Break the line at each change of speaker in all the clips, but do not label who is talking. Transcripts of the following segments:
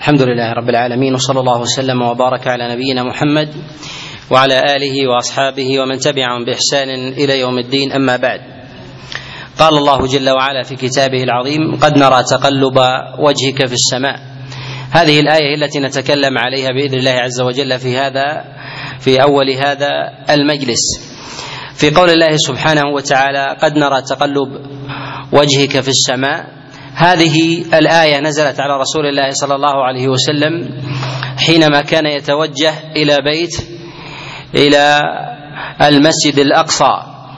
الحمد لله رب العالمين، وصلى الله وسلم وبارك على نبينا محمد وعلى آله وأصحابه ومن تبعهم بإحسان إلى يوم الدين. أما بعد، قال الله جل وعلا في كتابه العظيم: قد نرى تقلب وجهك في السماء. هذه الآية التي نتكلم عليها بإذن الله عز وجل في أول هذا المجلس، في قول الله سبحانه وتعالى: قد نرى تقلب وجهك في السماء. هذه الآية نزلت على رسول الله صلى الله عليه وسلم حينما كان يتوجه إلى المسجد الأقصى،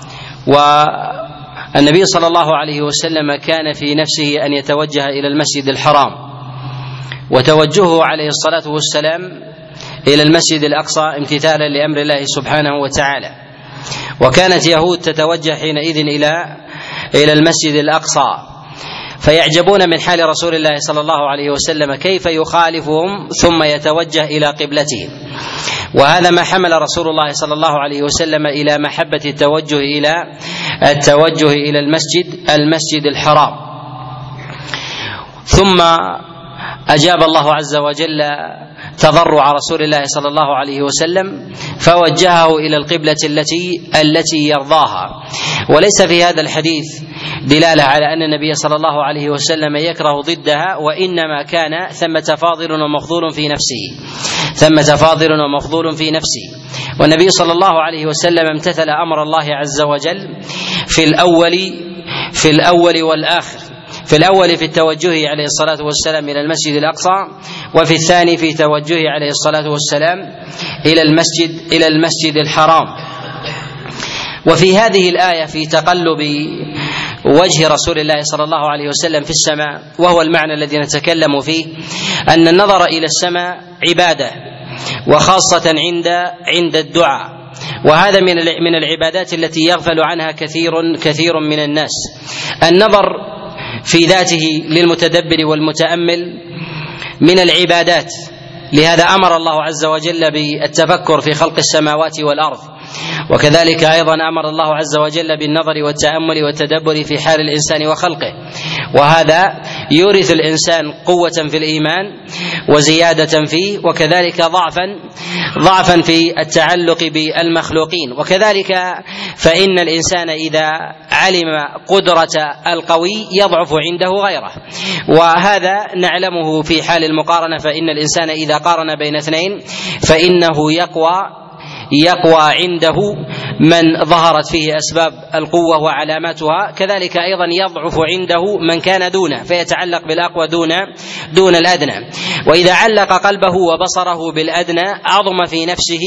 والنبي صلى الله عليه وسلم كان في نفسه أن يتوجه إلى المسجد الحرام، وتوجهه عليه الصلاة والسلام إلى المسجد الأقصى امتثالا لأمر الله سبحانه وتعالى. وكانت يهود تتوجه حينئذ إلى المسجد الأقصى، فيعجبون من حال رسول الله صلى الله عليه وسلم كيف يخالفهم ثم يتوجه إلى قبلتهم. وهذا ما حمل رسول الله صلى الله عليه وسلم إلى محبة التوجه إلى المسجد الحرام. ثم أجاب الله عز وجل تضرع رسول الله صلى الله عليه وسلم فوجهه إلى القبلة التي يرضاها. وليس في هذا الحديث دلالة على أن النبي صلى الله عليه وسلم يكره ضدها، وإنما كان ثمة فاضل ومفضول في نفسه. والنبي صلى الله عليه وسلم امتثل أمر الله عز وجل في الأول والآخر، في الأول في التوجه عليه الصلاة والسلام إلى المسجد الأقصى، وفي الثاني في توجهه عليه الصلاة والسلام إلى المسجد الحرام. وفي هذه الآية في تقلب وجه رسول الله صلى الله عليه وسلم في السماء، وهو المعنى الذي نتكلم فيه، أن النظر إلى السماء عبادة، وخاصة عند الدعاء، وهذا من العبادات التي يغفل عنها كثير من الناس. النظر في ذاته للمتدبر والمتأمل من العبادات، لهذا أمر الله عز وجل بالتفكر في خلق السماوات والأرض، وكذلك أيضا أمر الله عز وجل بالنظر والتأمل والتدبر في حال الإنسان وخلقه، وهذا يورث الإنسان قوة في الإيمان وزيادة فيه، وكذلك ضعفا في التعلق بالمخلوقين. وكذلك فإن الإنسان إذا علم قدرة القوي يضعف عنده غيره، وهذا نعلمه في حال المقارنة، فإن الإنسان إذا قارن بين اثنين فإنه يقوى عنده من ظهرت فيه أسباب القوة وعلاماتها، كذلك أيضا يضعف عنده من كان دونه، فيتعلق بالأقوى دون الأدنى. وإذا علق قلبه وبصره بالأدنى عظم في نفسه،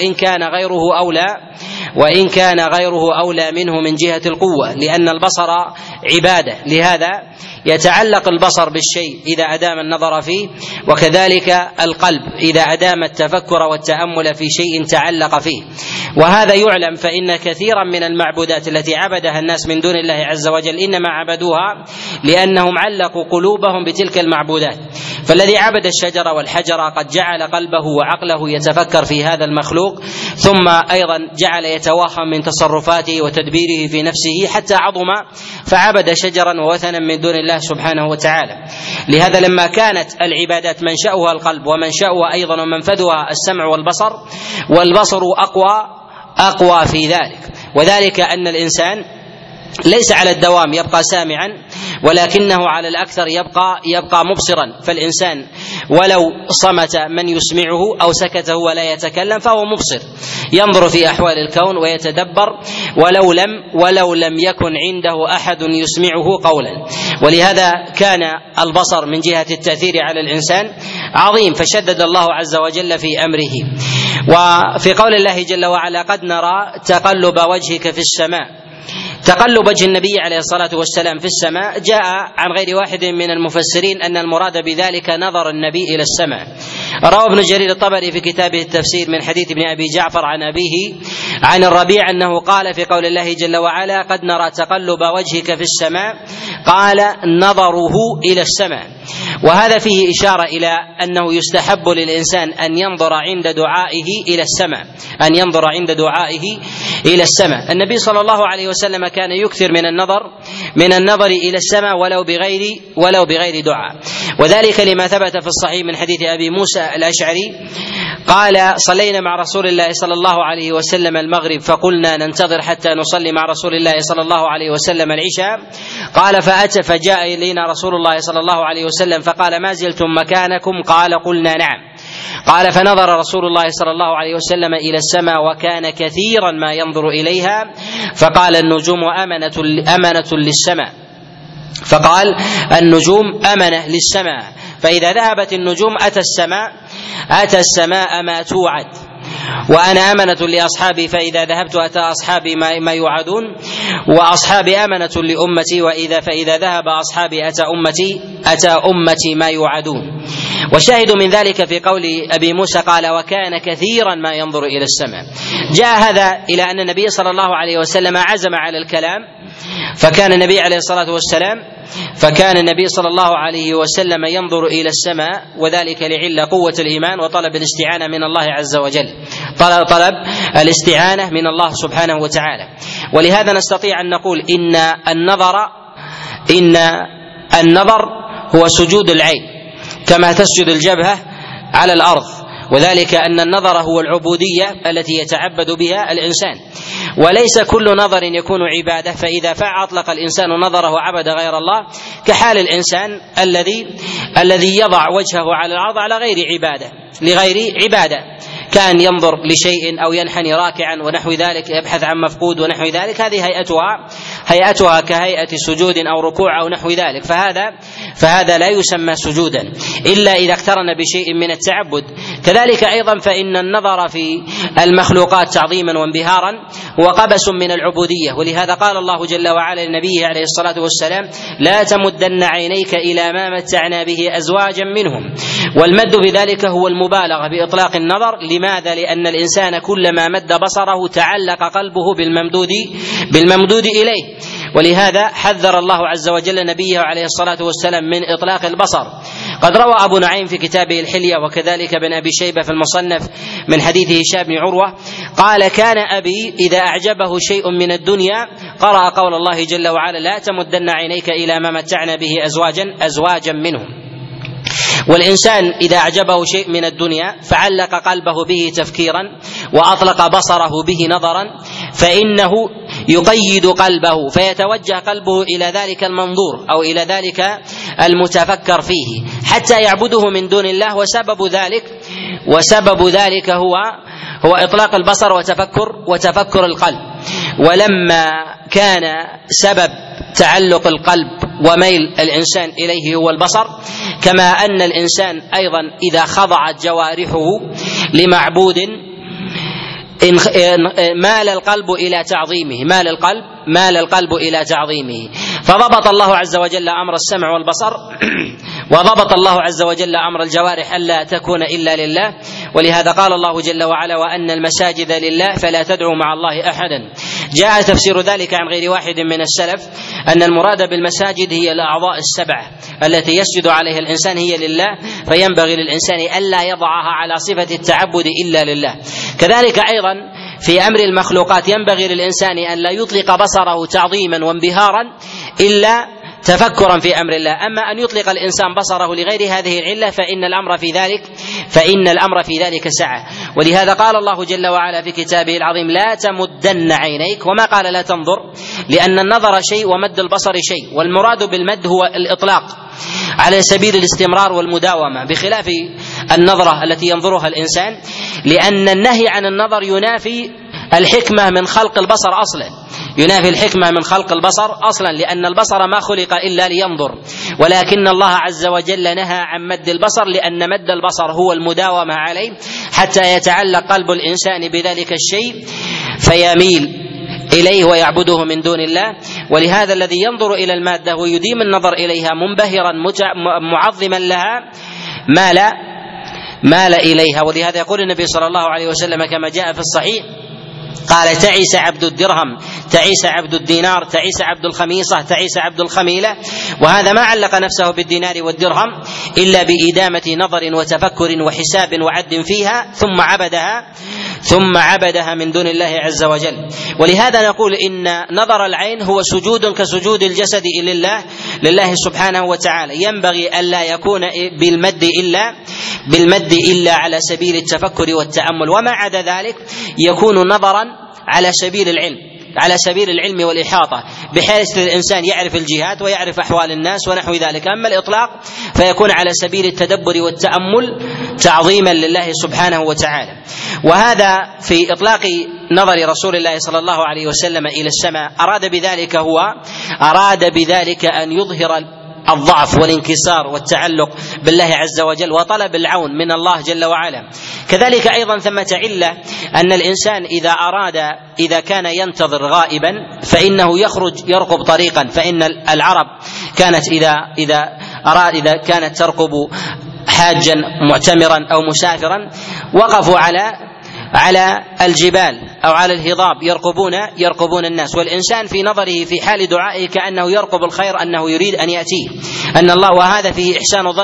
وإن كان غيره أولى منه من جهة القوة، لأن البصر عبادة، لهذا يتعلق البصر بالشيء إذا أدام النظر فيه، وكذلك القلب إذا أدام التفكر والتأمل في شيء تعلق فيه. وهذا يعلم، فإن كثيرا من المعبودات التي عبدها الناس من دون الله عز وجل إنما عبدوها لأنهم علقوا قلوبهم بتلك المعبودات. فالذي عبد الشجر والحجر قد جعل قلبه وعقله يتفكر في هذا المخلوق، ثم أيضا جعل يتوهم من تصرفاته وتدبيره في نفسه حتى عظم فعبد شجرا ووثنا من دون الله سبحانه وتعالى. لهذا لما كانت العبادات منشأها القلب ومنشأها أيضا ومنفذها السمع والبصر أقوى في ذلك، وذلك أن الإنسان ليس على الدوام يبقى سامعا، ولكنه على الأكثر يبقى مبصرا. فالإنسان ولو صمت من يسمعه أو سكته ولا يتكلم فهو مبصر، ينظر في أحوال الكون ويتدبر ولو لم يكن عنده أحد يسمعه قولا. ولهذا كان البصر من جهة التأثير على الإنسان عظيم، فشدد الله عز وجل في أمره. وفي قول الله جل وعلا: قد نرى تقلب وجهك في السماء. تقلب وجه النبي عليه الصلاة والسلام في السماء جاء عن غير واحد من المفسرين أن المراد بذلك نظر النبي إلى السماء. روى ابن جرير الطبري في كتابه التفسير من حديث ابن أبي جعفر عن أبيه عن الربيع أنه قال في قول الله جل وعلا: قد نرى تقلب وجهك في السماء، قال نظره إلى السماء. وهذا فيه إشارة إلى أنه يستحب للإنسان أن ينظر عند دعائه إلى السماء. النبي صلى الله عليه وسلم كان يكثر من النظر من النظر إلى السماء ولو بغير دعاء. وذلك لما ثبت في الصحيح من حديث أبي موسى الأشعري قال: صلينا مع رسول الله صلى الله عليه وسلم المغرب فقلنا ننتظر حتى نصلي مع رسول الله صلى الله عليه وسلم العشاء. قال: فجاء إلينا رسول الله صلى الله عليه وسلم فقال: ما زلتم مكانكم؟ قال: قلنا نعم. قال: فنظر رسول الله صلى الله عليه وسلم إلى السماء وكان كثيرا ما ينظر إليها فقال: النجوم أمنة للسماء. فقال: النجوم أمنة للسماء، فإذا ذهبت النجوم أتى السماء ما توعد، وأنا أمنة لأصحابي فإذا ذهبت أتى أصحابي ما يوعدون، وأصحابي أمنة لأمتي فإذا ذهب أصحابي أتى أمتي ما يوعدون. وشاهد من ذلك في قول أبي موسى قال: وكان كثيرا ما ينظر إلى السماء. جاء هذا إلى أن النبي صلى الله عليه وسلم عزم على الكلام، فكان النبي صلى الله عليه وسلم ينظر إلى السماء، وذلك لعلة قوة الإيمان وطلب الاستعانة من الله عز وجل، طلب الاستعانة من الله سبحانه وتعالى. ولهذا نستطيع أن نقول إن النظر هو سجود العين كما تسجد الجبهة على الأرض، وذلك أن النظر هو العبودية التي يتعبد بها الإنسان، وليس كل نظر يكون عبادة، فإذا أطلق الإنسان نظره وعبد غير الله كحال الإنسان الذي يضع وجهه على الأرض لغير عبادة، كان ينظر لشيء أو ينحني راكعا ونحو ذلك، يبحث عن مفقود ونحو ذلك، هذه هيئتها كهيئة سجود أو ركوع أو نحو ذلك، فهذا لا يسمى سجودا إلا إذا اقترن بشيء من التعبد. كذلك أيضا فإن النظر في المخلوقات تعظيما وانبهارا هو قبس من العبودية، ولهذا قال الله جل وعلا لنبيه عليه الصلاة والسلام: لا تمدن عينيك إلى ما متعنا به أزواجا منهم. والمد بذلك هو المبالغة بإطلاق النظر. لماذا؟ لأن الإنسان كلما مد بصره تعلق قلبه بالممدود إليه، ولهذا حذر الله عز وجل نبيه عليه الصلاة والسلام من إطلاق البصر. قد روى أبو نعيم في كتابه الحلية وكذلك ابن أبي شيبة في المصنف من حديث هشام بن عروة قال: كان أبي إذا أعجبه شيء من الدنيا قرأ قول الله جل وعلا: لا تمدن عينيك إلى ما متعنا به أزواجا منهم. والإنسان إذا أعجبه شيء من الدنيا فعلق قلبه به تفكيرا وأطلق بصره به نظرا، فإنه يقيد قلبه فيتوجه قلبه إلى ذلك المنظور أو إلى ذلك المتفكر فيه حتى يعبده من دون الله، وسبب ذلك هو إطلاق البصر وتفكر القلب. ولما كان سبب تعلق القلب وميل الإنسان إليه هو البصر، كما أن الإنسان أيضا إذا خضعت جوارحه لمعبود مال القلب إلى تعظيمه، فضبط الله عز وجل أمر السمع والبصر وضبط الله عز وجل أمر الجوارح ألا تكون إلا لله. ولهذا قال الله جل وعلا: وأن المساجد لله فلا تدعوا مع الله أحدا. جاء تفسير ذلك عن غير واحد من السلف أن المراد بالمساجد هي الأعضاء السبعة التي يسجد عليها الإنسان هي لله، فينبغي للإنسان ألا يضعها على صفة التعبد إلا لله. كذلك أيضا في أمر المخلوقات ينبغي للإنسان أن لا يطلق بصره تعظيما وانبهارا إلا تفكرا في أمر الله. أما أن يطلق الإنسان بصره لغير هذه العلة فإن الأمر في ذلك سعة. ولهذا قال الله جل وعلا في كتابه العظيم: لا تمدن عينيك، وما قال لا تنظر، لأن النظر شيء ومد البصر شيء، والمراد بالمد هو الإطلاق على سبيل الاستمرار والمداومة، بخلاف النظرة التي ينظرها الإنسان، لأن النهي عن النظر ينافي الحكمة من خلق البصر أصلا، لأن البصر ما خلق إلا لينظر، ولكن الله عز وجل نهى عن مد البصر، لأن مد البصر هو المداومة عليه حتى يتعلق قلب الإنسان بذلك الشيء فيميل إليه ويعبده من دون الله. ولهذا الذي ينظر إلى المادة ويديم النظر إليها منبهرا معظما لها مال إليها. ولهذا يقول النبي صلى الله عليه وسلم كما جاء في الصحيح قال: تعيس عبد الدرهم، تعيس عبد الدينار، تعيس عبد الخميصة، تعيس عبد الخميلة. وهذا ما علق نفسه بالدينار والدرهم إلا بإدامة نظر وتفكر وحساب وعد فيها، ثم عبدها من دون الله عز وجل. ولهذا نقول إن نظر العين هو سجود كسجود الجسد لله سبحانه وتعالى، ينبغي ألا يكون بالمد إلا على سبيل التفكر والتأمل، وما عدا ذلك يكون نظرا على سبيل العلم والإحاطة، بحيث الإنسان يعرف الجهات ويعرف أحوال الناس ونحو ذلك. أما الإطلاق فيكون على سبيل التدبر والتأمل تعظيما لله سبحانه وتعالى. وهذا في إطلاق نظر رسول الله صلى الله عليه وسلم إلى السماء أراد بذلك أن يظهر الضعف والانكسار والتعلق بالله عز وجل وطلب العون من الله جل وعلا. كذلك أيضا ثمة علة أن الإنسان إذا كان ينتظر غائبا فإنه يرقب طريقا، فإن العرب كانت إذا كانت ترقب حاجا معتمرا أو مسافرا وقفوا على الجبال أو على الهضاب يرقبون الناس، والإنسان في نظره في حال دعائه كأنه يرقب الخير، أنه يريد أن يأتيه أن الله، وهذا فيه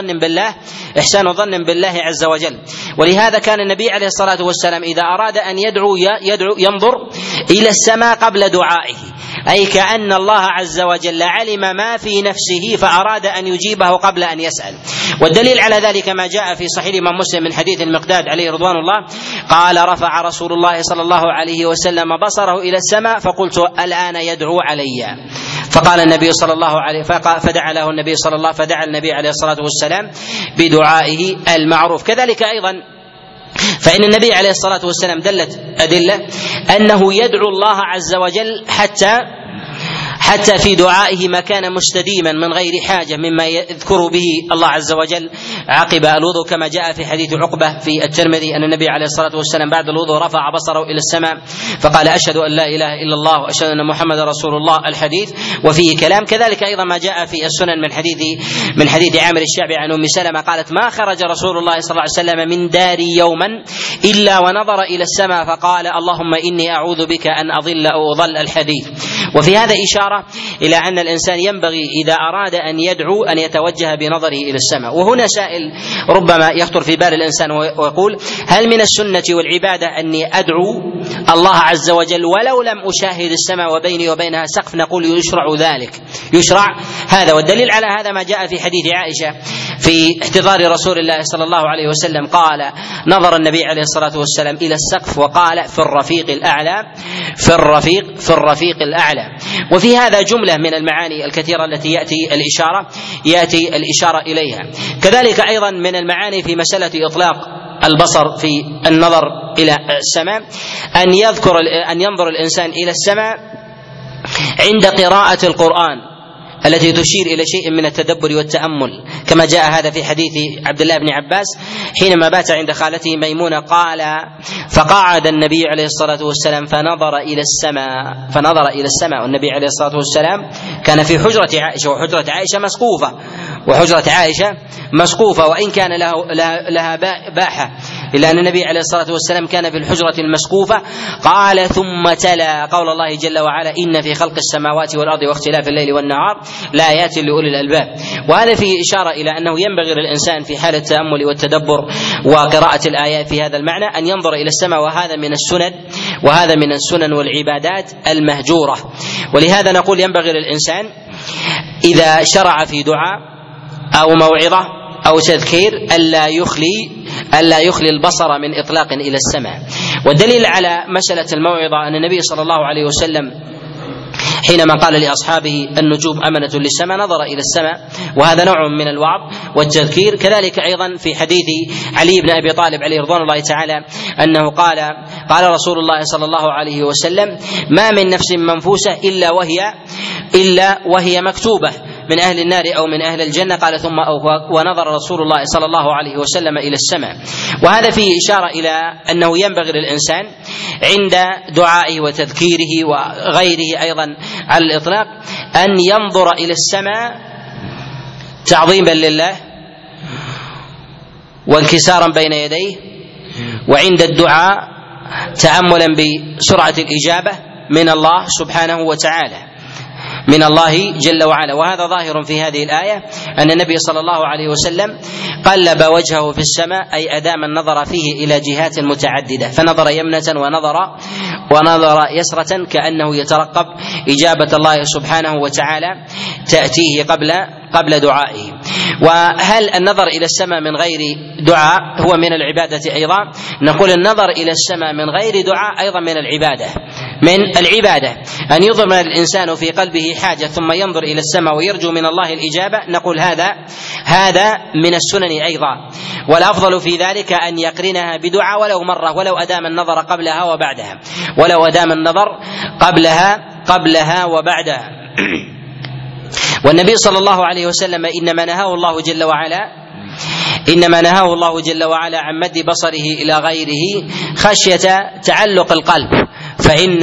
إحسان ظن بالله عز وجل. ولهذا كان النبي عليه الصلاة والسلام إذا أراد أن يدعو ينظر إلى السماء قبل دعائه، أي كأن الله عز وجل علم ما في نفسه فأراد أن يجيبه قبل أن يسأل. والدليل على ذلك ما جاء في صحيح الإمام مسلم من حديث المقداد عليه رضوان الله قال: رفع رسول الله صلى الله عليه وسلم بصره إلى السماء فقلت الآن يدعو علي، فقال النبي صلى الله عليه فدعا له النبي صلى الله فدعا النبي عليه الصلاة والسلام بدعائه المعروف. كذلك أيضا فإن النبي عليه الصلاة والسلام دلت أدلة أنه يدعو الله عز وجل حتى في دعائه ما كان مستديما من غير حاجة مما يذكر به الله عز وجل عقب الوضوء، كما جاء في حديث عقبة في الترمذي أن النبي عليه الصلاة والسلام بعد الوضوء رفع بصره إلى السماء فقال: أشهد أن لا إله إلا الله وأشهد أن محمد رسول الله، الحديث وفيه كلام. كذلك أيضا ما جاء في السنن من حديث عامر الشعبي عن أم سلمة قالت: ما خرج رسول الله صلى الله عليه وسلم من داري يوما إلا ونظر إلى السماء فقال: اللهم إني أعوذ بك أن أضل أو أضل، الحديث. وفي هذا إشارة إلى أن الإنسان ينبغي إذا أراد أن يدعو أن يتوجه بنظره إلى السماء. وهنا سائل ربما يخطر في بال الإنسان ويقول: هل من السنة والعبادة أني أدعو الله عز وجل ولو لم أشاهد السماء وبيني وبينها سقف؟ نقول: يشرع هذا. والدليل على هذا ما جاء في حديث عائشة في احتضار رسول الله صلى الله عليه وسلم قال: نظر النبي عليه الصلاة والسلام إلى السقف وقال: في الرفيق الأعلى، في الرفيق الأعلى. وفي هذا جملة من المعاني الكثيرة التي يأتي الإشارة إليها. كذلك أيضا من المعاني في مسألة إطلاق البصر في النظر إلى السماء أن ينظر الإنسان إلى السماء عند قراءة القرآن التي تشير إلى شيء من التدبر والتأمل، كما جاء هذا في حديث عبد الله بن عباس حينما بات عند خالته ميمونة قال: فقعد النبي عليه الصلاة والسلام فنظر إلى السماء، والنبي عليه الصلاة والسلام كان في حجرة عائشة، وحجرة عائشة مسقوفة وإن كان لها باحة، إلا أن النبي عليه الصلاة والسلام كان في الحجرة المسقوفة. قال: ثم تلا قول الله جل وعلا: إن في خلق السماوات والأرض واختلاف الليل والنهار لآيات لأولي الألباب. وهذا فيه إشارة إلى أنه ينبغي للإنسان في حال التأمل والتدبر وقراءة الآيات في هذا المعنى أن ينظر إلى السماء، وهذا من السنن والعبادات المهجورة. ولهذا نقول ينبغي للإنسان إذا شرع في دعاء أو موعظة أو تذكير ألا يخلي البصر من إطلاق إلى السماء. والدليل على مسألة الموعظة أن النبي صلى الله عليه وسلم حينما قال لأصحابه: النجوم أمنة للسماء، نظر إلى السماء، وهذا نوع من الوعظ والتذكير. كذلك أيضا في حديث علي بن أبي طالب عليه رضوان الله تعالى أنه قال رسول الله صلى الله عليه وسلم: ما من نفس منفوسة إلا وهي مكتوبة من أهل النار أو من أهل الجنة. قال: ثم ونظر رسول الله صلى الله عليه وسلم إلى السماء. وهذا فيه إشارة إلى أنه ينبغي للإنسان عند دعائه وتذكيره وغيره أيضا على الإطلاق أن ينظر إلى السماء تعظيما لله وانكسارا بين يديه، وعند الدعاء تأملا بسرعة الإجابة من الله سبحانه وتعالى. من الله جل وعلا. وهذا ظاهر في هذه الآية أن النبي صلى الله عليه وسلم قلب وجهه في السماء، أي أدام النظر فيه إلى جهات متعددة، فنظر يمنة ونظر يسرة كأنه يترقب إجابة الله سبحانه وتعالى تأتيه قبل دعائه. وهل النظر إلى السماء من غير دعاء هو من العبادة أيضا؟ نقول النظر إلى السماء من غير دعاء أيضا من العبادة. أن يضمن الإنسان في قلبه حاجة ثم ينظر إلى السماء ويرجو من الله الإجابة، نقول هذا من السنن أيضا، والأفضل في ذلك أن يقرنها بدعاء ولو مرة، ولو أدام النظر قبلها وبعدها، وبعدها. والنبي صلى الله عليه وسلم إنما نهاه الله جل وعلا عن مد بصره إلى غيره خشية تعلق القلب، فإن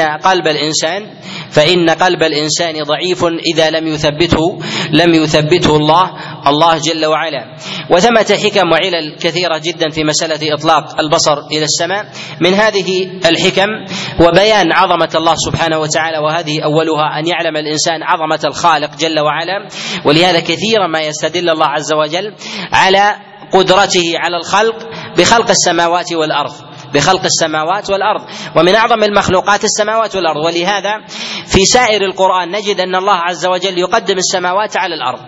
قلب الإنسان ضعيف إذا لم يثبته الله جل وعلا. وثمة حكم وعلل كثيرة جدا في مسألة إطلاق البصر إلى السماء. من هذه الحكم هو بيان عظمة الله سبحانه وتعالى، وهذه أولها أن يعلم الإنسان عظمة الخالق جل وعلا، ولهذا كثيرا ما يستدل الله عز وجل على قدرته على الخلق بخلق السماوات والأرض، ومن أعظم المخلوقات السماوات والأرض. ولهذا في سائر القرآن نجد أن الله عز وجل يقدم السماوات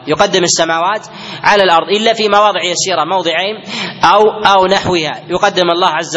على الأرض إلا في مواضع يسيرة، موضعين أو نحوها، يقدم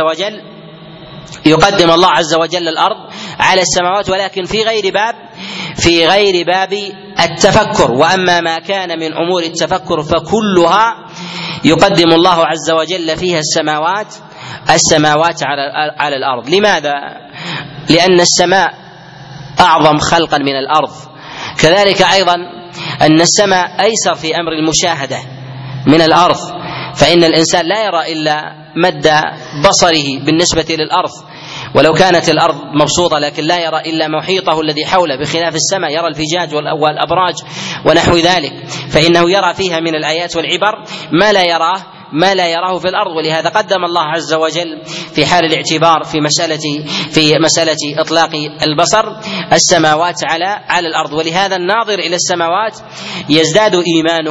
الله عز وجل الأرض على السماوات، ولكن في غير باب التفكر. وأما ما كان من أمور التفكر فكلها يقدم الله عز وجل فيها السماوات على الأرض. لماذا؟ لأن السماء أعظم خلقا من الأرض، كذلك أيضا أن السماء أيسر في أمر المشاهدة من الأرض، فإن الإنسان لا يرى إلا مد بصره بالنسبة للأرض، ولو كانت الأرض مبسوطة لكن لا يرى إلا محيطه الذي حوله، بخلاف السماء يرى الفجاج والأبراج ونحو ذلك، فإنه يرى فيها من الآيات والعبر ما لا يراه في الأرض. ولهذا قدم الله عز وجل في حال الاعتبار في مسألة إطلاق البصر السماوات على الأرض. ولهذا الناظر إلى السماوات يزداد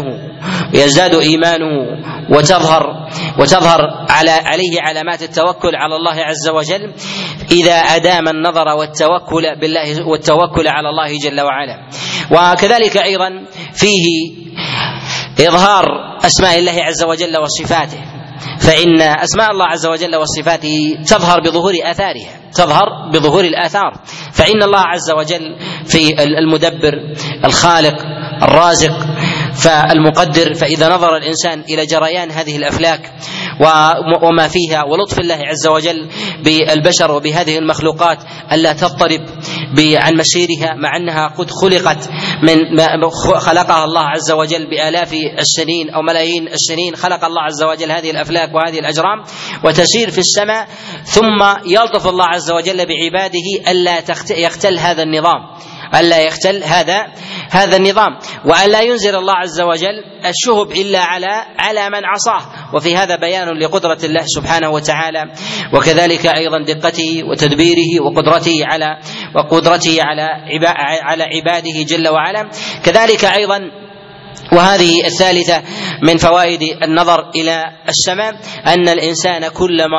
إيمانه وتظهر عليه علامات التوكل على الله عز وجل إذا أدام النظر والتوكل على الله جل وعلا. وكذلك أيضا فيه إظهار أسماء الله عز وجل وصفاته، فإن أسماء الله عز وجل وصفاته تظهر بظهور الآثار، فإن الله عز وجل في المدبر الخالق الرازق فالمقدر. فإذا نظر الإنسان إلى جريان هذه الأفلاك وما فيها ولطف الله عز وجل بالبشر وبهذه المخلوقات ألا تضطرب عن مسيرها، مع أنها قد خلقها الله عز وجل بآلاف السنين أو ملايين السنين، خلق الله عز وجل هذه الأفلاك وهذه الأجرام وتسير في السماء، ثم يلطف الله عز وجل بعباده ألا يختل هذا النظام وألا ينزل الله عز وجل الشهب إلا على من عصاه. وفي هذا بيان لقدرة الله سبحانه وتعالى، وكذلك أيضا دقته وتدبيره وقدرته على عباده جل وعلا. كذلك أيضا وهذه الثالثة من فوائد النظر إلى السماء أن الإنسان كلما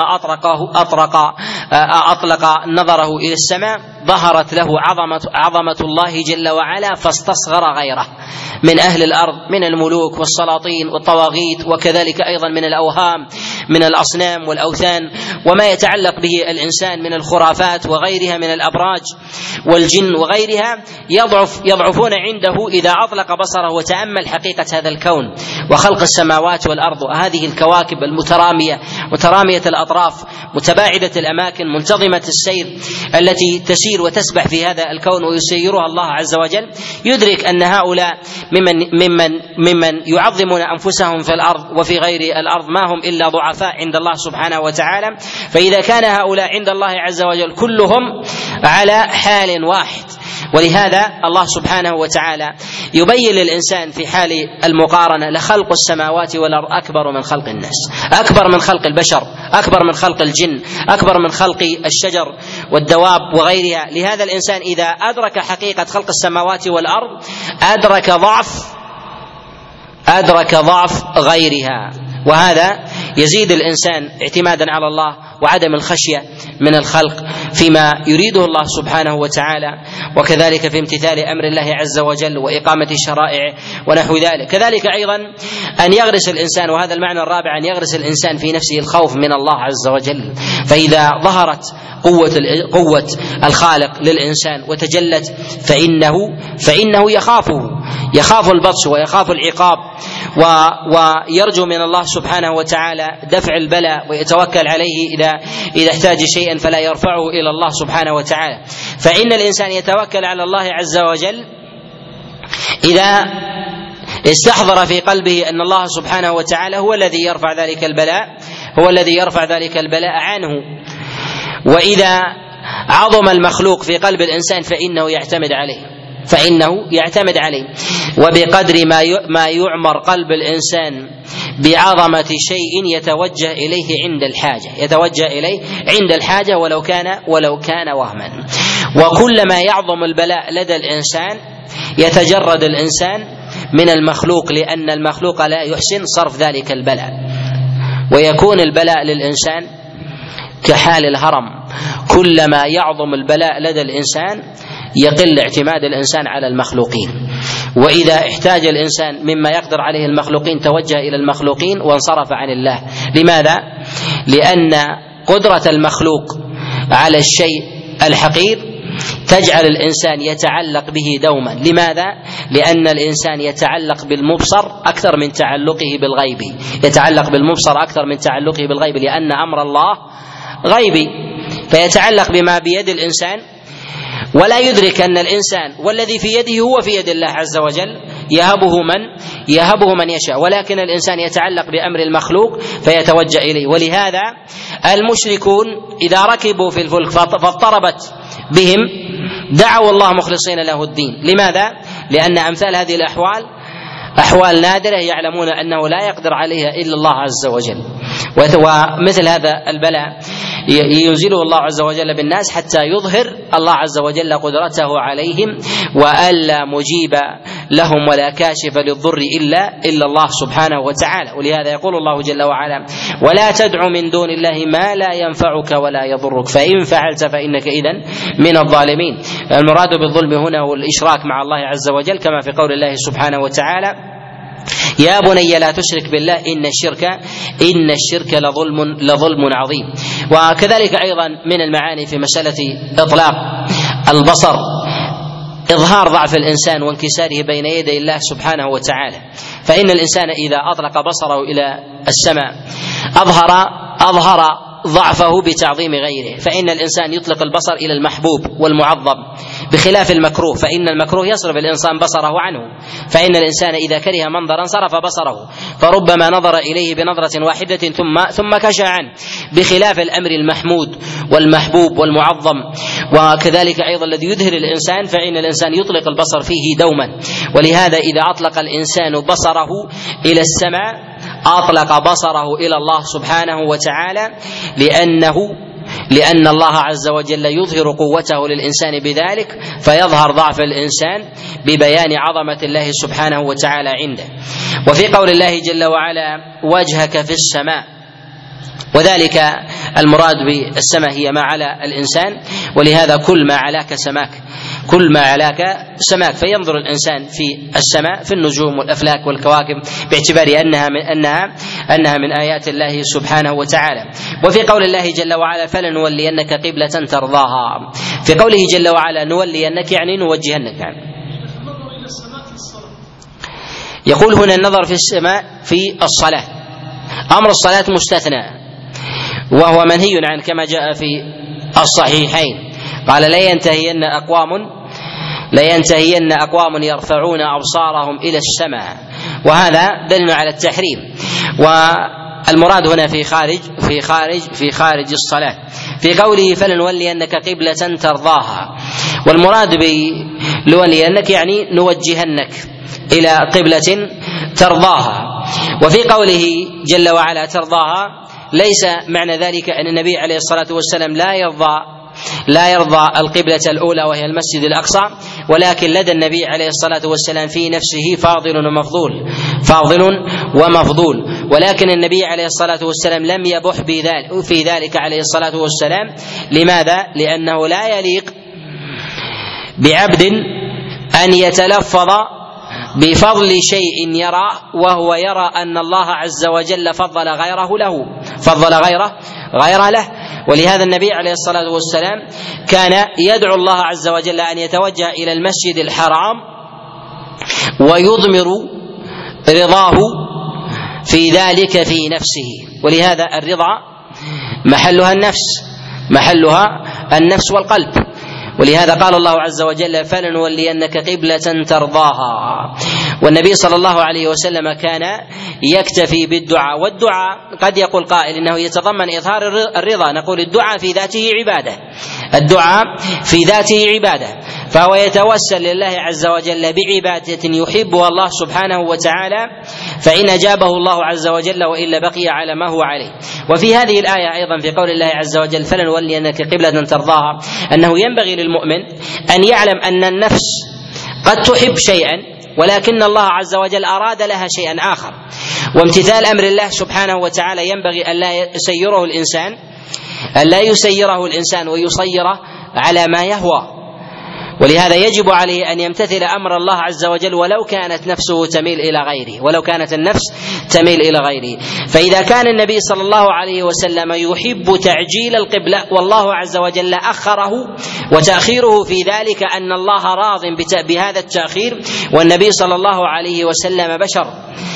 أطلق نظره إلى السماء ظهرت له عظمة الله جل وعلا، فاستصغر غيره من أهل الأرض من الملوك والسلاطين والطواغيت، وكذلك أيضا من الأوهام من الأصنام والأوثان وما يتعلق به الإنسان من الخرافات وغيرها من الأبراج والجن وغيرها، يضعفون عنده إذا أطلق بصره وتأمل حقيقة هذا الكون وخلق السماوات والأرض وهذه الكواكب المترامية مترامية الأطراف متباعدة الأماكن منتظمة السير التي تسير وتسبح في هذا الكون ويسيرها الله عز وجل، يدرك أن هؤلاء ممن يعظمون أنفسهم في الأرض وفي غير الأرض ما هم إلا ضعفاء عند الله سبحانه وتعالى. فإذا كان هؤلاء عند الله عز وجل كلهم على حال واحد، ولهذا الله سبحانه وتعالى يبين للإنسان في حال المقارنة لخلق السماوات والأرض أكبر من خلق الناس، أكبر من خلق البشر، أكبر من خلق الجن، أكبر من خلق الشجر والدواب وغيرها. لهذا الإنسان إذا أدرك حقيقة خلق السماوات والأرض أدرك ضعف غيرها، وهذا يزيد الإنسان اعتمادا على الله وعدم الخشية من الخلق فيما يريده الله سبحانه وتعالى، وكذلك في امتثال أمر الله عز وجل وإقامة شرائعه ونحو ذلك. كذلك أيضا أن يغرس الإنسان، وهذا المعنى الرابع، أن يغرس الإنسان في نفسه الخوف من الله عز وجل. فإذا ظهرت قوة الخالق للإنسان وتجلت فإنه يخاف البطش ويخاف العقاب، ويرجو من الله سبحانه وتعالى دفع البلاء ويتوكل عليه إذا احتاج شيئا فلا يرفعه إلى الله سبحانه وتعالى. فإن الإنسان يتوكل على الله عز وجل إذا استحضر في قلبه أن الله سبحانه وتعالى هو الذي يرفع ذلك البلاء عنه. وإذا عظم المخلوق في قلب الإنسان فإنه يعتمد عليه. وبقدر ما يعمر قلب الإنسان بعظمة شيء يتوجه إليه عند الحاجة ولو كان وهما. وكلما يعظم البلاء لدى الإنسان يتجرد الإنسان من المخلوق، لأن المخلوق لا يحسن صرف ذلك البلاء، ويكون البلاء للإنسان كحال الهرم. كلما يعظم البلاء لدى الإنسان يقل اعتماد الإنسان على المخلوقين، وإذا احتاج الإنسان مما يقدر عليه المخلوقين توجه إلى المخلوقين وانصرف عن الله. لماذا؟ لأن قدرة المخلوق على الشيء الحقير تجعل الإنسان يتعلق به دوما. لماذا؟ لأن الإنسان يتعلق بالمبصر أكثر من تعلقه بالغيب، لأن أمر الله غيبي، فيتعلق بما بيد الإنسان ولا يدرك أن الإنسان والذي في يده هو في يد الله عز وجل يهبه من يشاء، ولكن الإنسان يتعلق بأمر المخلوق فيتوجه إليه. ولهذا المشركون إذا ركبوا في الفلك فاضطربت بهم دعوا الله مخلصين له الدين. لماذا؟ لأن أمثال هذه الأحوال أحوال نادرة يعلمون أنه لا يقدر عليها إلا الله عز وجل. ومثل هذا البلاء ينزله الله عز وجل بالناس حتى يظهر الله عز وجل قدرته عليهم، وألا مجيب لهم ولا كاشف للضر إلا الله سبحانه وتعالى. ولهذا يقول الله جل وعلا: ولا تدع من دون الله ما لا ينفعك ولا يضرك فإن فعلت فإنك إذن من الظالمين. المراد بالظلم هنا هو الإشراك مع الله عز وجل، كما في قول الله سبحانه وتعالى: يا بني لا تشرك بالله إن الشرك لظلم عظيم. وكذلك أيضا من المعاني في مسألة إطلاق البصر إظهار ضعف الإنسان وانكساره بين يدي الله سبحانه وتعالى. فإن الإنسان إذا أطلق بصره إلى السماء أظهر ضعفه بتعظيم غيره. فإن الإنسان يطلق البصر إلى المحبوب والمعظم بخلاف المكروه، فإن المكروه يصرف الإنسان بصره عنه. فإن الإنسان إذا كره منظرا صرف بصره، فربما نظر إليه بنظرة واحدة ثم كشى عنه، بخلاف الأمر المحمود والمحبوب والمعظم. وكذلك أيضا الذي يدهر الإنسان فإن الإنسان يطلق البصر فيه دوما. ولهذا إذا أطلق الإنسان بصره إلى السماء أطلق بصره إلى الله سبحانه وتعالى، لأن الله عز وجل يظهر قوته للإنسان بذلك، فيظهر ضعف الإنسان ببيان عظمة الله سبحانه وتعالى عنده. وفي قول الله جل وعلا: وجهك في السماء، وذلك المراد بالسماء هي ما على الإنسان، ولهذا كل ما علاك سماك، فينظر الإنسان في السماء في النجوم والأفلاك والكواكب باعتبار أنها من آيات الله سبحانه وتعالى. وفي قول الله جل وعلا: فلنولينك قبلة ترضاها، في قوله جل وعلا نولينك يعني نوجهنك، يقول هنا النظر في السماء في الصلاة. أمر الصلاة مستثنى وهو منهي عنه كما جاء في الصحيحين، قال: لا ينتهين أقوام يرفعون أبصارهم إلى السماء، وهذا دليل على التحريم. والمراد هنا في خارج الصلاة في قوله: فلنولينك قبلة ترضاها، والمراد بلولينك يعني نوجهنك إلى قبلة ترضاها. وفي قوله جل وعلا ترضاها ليس معنى ذلك أن النبي عليه الصلاة والسلام لا يرضى لا يرضى القبلة الأولى وهي المسجد الأقصى، ولكن لدى النبي عليه الصلاة والسلام في نفسه فاضل ومفضول، ولكن النبي عليه الصلاة والسلام لم يبح في ذلك عليه الصلاة والسلام. لماذا؟ لأنه لا يليق بعبد أن يتلفظ بفضل شيء يراه وهو يرى أن الله عز وجل فضل غيره له. ولهذا النبي عليه الصلاة والسلام كان يدعو الله عز وجل أن يتوجه إلى المسجد الحرام ويضمر رضاه في ذلك في نفسه، ولهذا الرضا محلها النفس والقلب. ولهذا قال الله عز وجل: فلنولينك قبلة ترضاها. والنبي صلى الله عليه وسلم كان يكتفي بالدعاء، والدعاء قد يقول قائل انه يتضمن اظهار الرضا، نقول الدعاء في ذاته عبادة، فهو يتوسل لله عز وجل بعبادة يحبها الله سبحانه وتعالى، فإن أجابه الله عز وجل وإلا بقي على ما هو عليه. وفي هذه الآية أيضا في قول الله عز وجل: فلنولينك قبلة ترضاها، أنه ينبغي للمؤمن أن يعلم أن النفس قد تحب شيئا ولكن الله عز وجل أراد لها شيئا آخر، وامتثال أمر الله سبحانه وتعالى ينبغي أن لا يسيره الإنسان ويصيره على ما يهوى. ولهذا يجب عليه أن يمتثل أمر الله عز وجل ولو كانت نفسه تميل إلى غيره، فإذا كان النبي صلى الله عليه وسلم يحب تعجيل القبلة والله عز وجل أخره، وتأخيره في ذلك أن الله راض بهذا التأخير، والنبي صلى الله عليه وسلم بشر،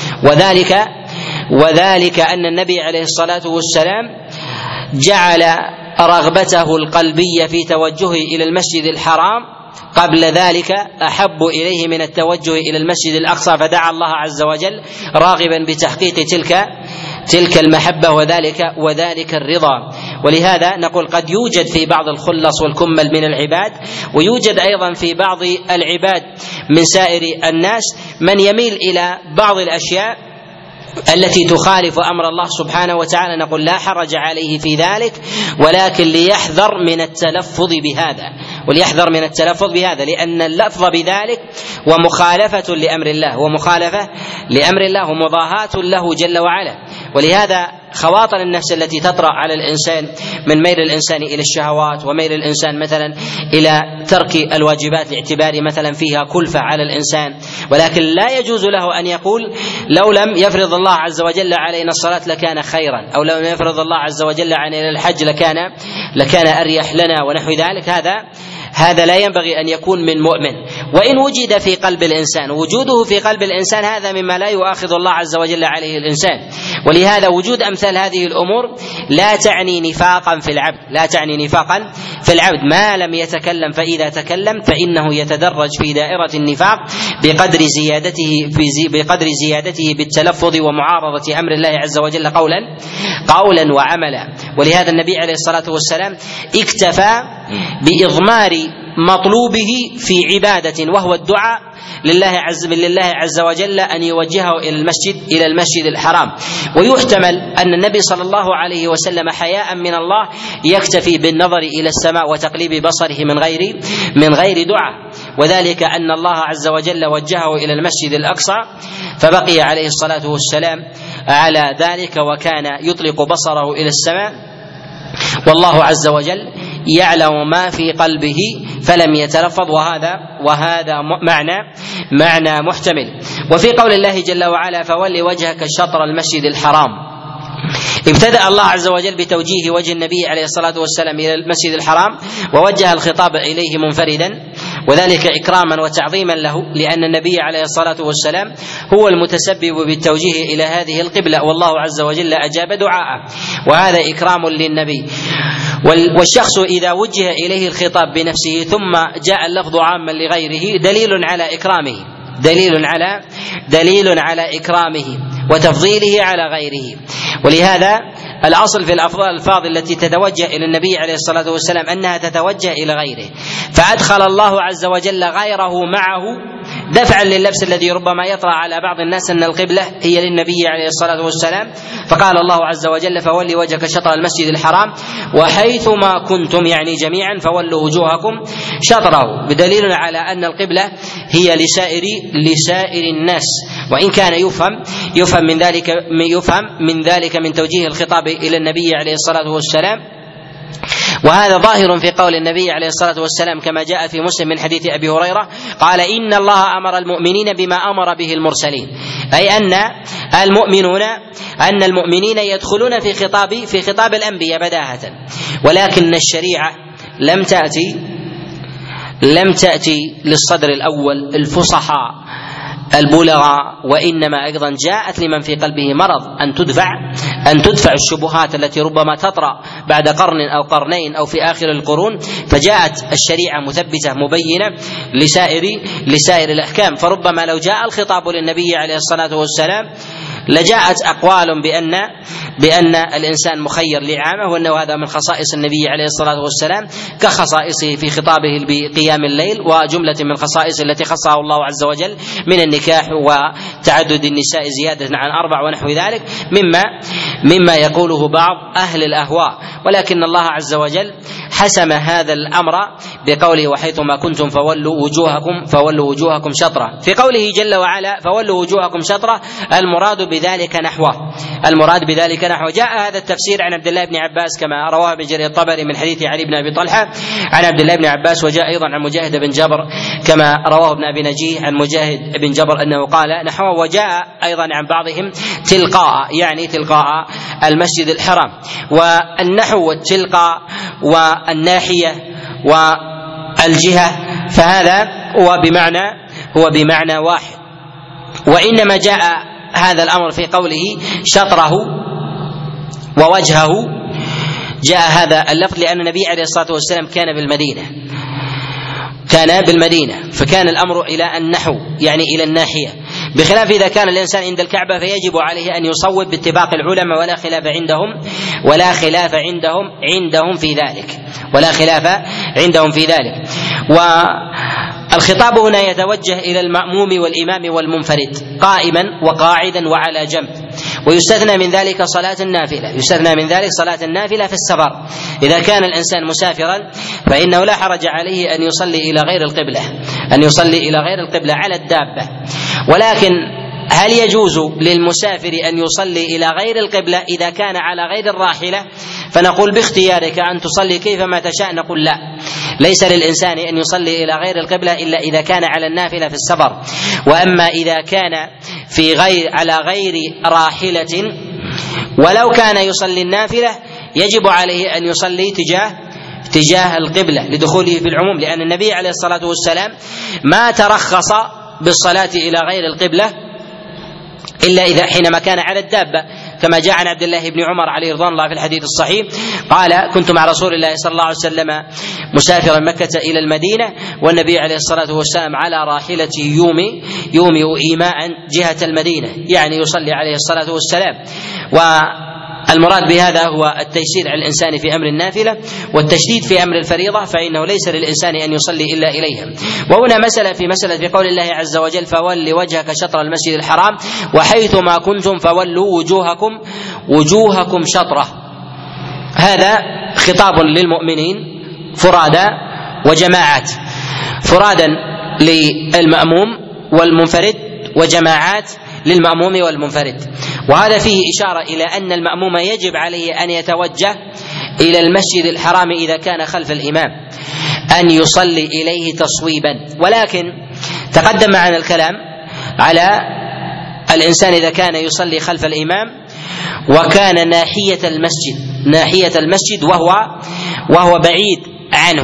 وذلك أن النبي عليه الصلاة والسلام جعل رغبته القلبية في توجهه إلى المسجد الحرام قبل ذلك أحب إليه من التوجه إلى المسجد الأقصى، فدعا الله عز وجل راغبا بتحقيق تلك المحبة وذلك الرضا. ولهذا نقول قد يوجد في بعض الخلص والكمل من العباد، ويوجد أيضا في بعض العباد من سائر الناس من يميل إلى بعض الأشياء التي تخالف أمر الله سبحانه وتعالى، نقول لا حرج عليه في ذلك، ولكن ليحذر من التلفظ بهذا، لأن اللفظ بذلك ومخالفة لأمر الله ومضاهاة له جل وعلا. ولهذا خواطر النفس التي تطرأ على الإنسان من ميل الإنسان إلى الشهوات، وميل الإنسان مثلا إلى ترك الواجبات لاعتبار مثلا فيها كلفة على الإنسان، ولكن لا يجوز له أن يقول لو لم يفرض الله عز وجل علينا الصلاة لكان خيرا، أو لو لم يفرض الله عز وجل علينا الحج لكان أريح لنا ونحو ذلك. هذا لا ينبغي أن يكون من مؤمن. وإن وجد في قلب الإنسان، وجوده في قلب الإنسان هذا مما لا يؤاخذ الله عز وجل عليه الإنسان. ولهذا وجود أمثال هذه الأمور لا تعني نفاقا في العبد ما لم يتكلم، فإذا تكلم فإنه يتدرج في دائرة النفاق بقدر زيادته بالتلفظ ومعارضة أمر الله عز وجل قولا وعملا. ولهذا النبي عليه الصلاة والسلام اكتفى بإضمار مطلوبه في عبادة وهو الدعاء لله عز وجل أن يوجهه إلى المسجد الحرام. ويحتمل أن النبي صلى الله عليه وسلم حياء من الله يكتفي بالنظر إلى السماء وتقليب بصره من غير دعاء، وذلك أن الله عز وجل وجهه إلى المسجد الأقصى فبقي عليه الصلاة والسلام على ذلك، وكان يطلق بصره إلى السماء والله عز وجل يعلم ما في قلبه فلم يتلفظ، وهذا معنى محتمل. وفي قول الله جل وعلا: فول وجهك شطر المسجد الحرام، ابتدأ الله عز وجل بتوجيه وجه النبي عليه الصلاة والسلام إلى المسجد الحرام، ووجه الخطاب إليه منفردا، وذلك إكراما وتعظيما له، لأن النبي عليه الصلاة والسلام هو المتسبب بالتوجيه إلى هذه القبلة، والله عز وجل أجاب دعاءه، وهذا إكرام للنبي. والشخص إذا وجه إليه الخطاب بنفسه ثم جاء اللفظ عاما لغيره دليل على إكرامه وتفضيله على غيره. ولهذا الأصل في الألفاظ التي تتوجه إلى النبي عليه الصلاة والسلام أنها تتوجه إلى غيره، فأدخل الله عز وجل غيره معه دفعا لللبس الذي ربما يطرأ على بعض الناس أن القبلة هي للنبي عليه الصلاة والسلام، فقال الله عز وجل: فولي وجهك شطر المسجد الحرام وحيثما كنتم، يعني جميعا، فولوا وجوهكم شطره، بدليل على أن القبلة هي لسائر الناس، وإن كان يفهم من ذلك من توجيه الخطاب إلى النبي عليه الصلاة والسلام. وهذا ظاهر في قول النبي عليه الصلاة والسلام كما جاء في مسلم من حديث أبي هريرة قال: إن الله أمر المؤمنين بما أمر به المرسلين، أي أن المؤمنين يدخلون في خطاب الأنبياء بداهة، ولكن الشريعة لم تأتي للصدر الأول الفصحاء البلغاء، وإنما أيضا جاءت لمن في قلبه مرض أن تدفع الشبهات التي ربما تطرأ بعد قرن أو قرنين أو في آخر القرون، فجاءت الشريعة مثبتة مبينة لسائر الأحكام. فربما لو جاء الخطاب للنبي عليه الصلاة والسلام لجاءت أقوال بأن الإنسان مخير لعامه، وأنه هذا من خصائص النبي عليه الصلاة والسلام كخصائصه في خطابه بقيام الليل، وجملة من خصائص التي خصها الله عز وجل من النكاح وتعدد النساء زيادة عن 4 ونحو ذلك مما يقوله بعض أهل الأهواء. ولكن الله عز وجل حسم هذا الأمر بقوله: وحيثما كنتم فولوا وجوهكم شطرة. في قوله جل وعلا: فولوا وجوهكم شطرة، المراد بذلك نحوه. جاء هذا التفسير عن عبد الله بن عباس كما رواه ابن جرير الطبري من حديث علي بن أبي طلحة عن عبد الله بن عباس، وجاء أيضا عن مجاهد بن جبر كما رواه ابن أبي نجيه عن مجاهد بن جبر أنه قال نحوه. وجاء أيضا عن بعضهم تلقاء المسجد الحرام. والنحو والتلقاء والناحية والجهة فهذا هو بمعنى واحد، وإنما جاء هذا الأمر في قوله شطره ووجهه، جاء هذا اللفظ لأن النبي عليه الصلاة والسلام كان بالمدينة، فكان الأمر إلى النحو يعني إلى الناحية، بخلاف إذا كان الإنسان عند الكعبة فيجب عليه أن يصوب باتفاق العلماء ولا خلاف عندهم في ذلك. والخطاب هنا يتوجه إلى المأموم والإمام والمنفرد قائما وقاعدا وعلى جنب، ويستثنى من ذلك صلاة النافلة في السفر. إذا كان الإنسان مسافرا فإنه لا حرج عليه أن يصلي إلى غير القبلة على الدابة. ولكن هل يجوز للمسافر أن يصلي إلى غير القبلة إذا كان على غير الراحلة؟ فنقول باختيارك أن تصلي كيفما تشاء. نقول لا، ليس للإنسان أن يصلي إلى غير القبلة إلا إذا كان على النافلة في السفر. وأما إذا كان على غير راحلة ولو كان يصلي النافلة يجب عليه أن يصلي تجاه القبلة لدخوله في العموم، لأن النبي عليه الصلاة والسلام ما ترخص بالصلاة إلى غير القبلة إلا إذا حينما كان على الدابة، كما جاء عن عبد الله بن عمر عليه رضوان الله في الحديث الصحيح قال: كنت مع رسول الله صلى الله عليه وسلم مسافرا مكة إلى المدينة، والنبي عليه الصلاة والسلام على راحلته يومئ إيماء جهة المدينة، يعني يصلي عليه الصلاة والسلام. والمراد بهذا هو التيسير على الإنسان في أمر النافلة والتشديد في أمر الفريضة، فإنه ليس للإنسان أن يصلي إلا إليها. وهنا مسألة في قول الله عز وجل: فول وجهك شطر المسجد الحرام وحيثما كنتم فولوا وجوهكم شطره. هذا خطاب للمؤمنين فرادا وجماعات، فرادا للمأموم والمنفرد وجماعات للمأموم والمنفرد. وهذا فيه إشارة إلى أن المأموم يجب عليه أن يتوجه إلى المسجد الحرام إذا كان خلف الإمام أن يصلي إليه تصويبا. ولكن تقدم معنا الكلام على الإنسان إذا كان يصلي خلف الإمام وكان ناحية المسجد وهو بعيد عنه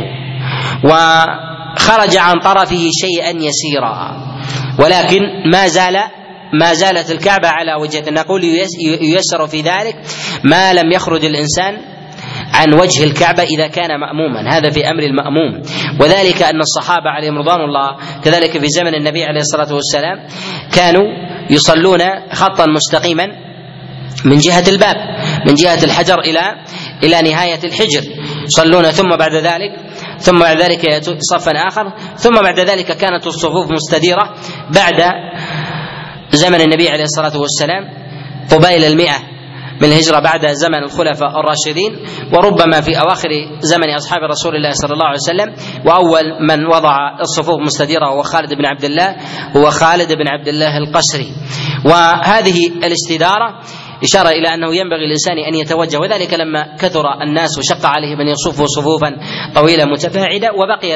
وخرج عن طرفه شيئا يسيرا، ولكن ما زالت الكعبة على وجهة. نقول ييسر في ذلك ما لم يخرج الإنسان عن وجه الكعبة إذا كان مأموما، هذا في أمر المأموم. وذلك أن الصحابة عليهم رضوان الله كذلك في زمن النبي عليه الصلاة والسلام كانوا يصلون خطا مستقيما من جهة الباب، من جهة الحجر إلى نهاية الحجر يصلون، ثم بعد ذلك ثم بعد ذلك يأتي صفا آخر، ثم بعد ذلك كانت الصفوف مستديرة بعد زمن النبي عليه الصلاة والسلام قبيل 100 من الهجرة بعد زمن الخلفاء الراشدين، وربما في أواخر زمن أصحاب رسول الله صلى الله عليه وسلم. وأول من وضع الصفوف مستديرة هو خالد بن عبد الله القسري. وهذه الاستدارة إشارة إلى أنه ينبغي الإنسان أن يتوجه، وذلك لما كثر الناس وشق عليه من يصفوا صفوفا طويلة متباعدة، وبقي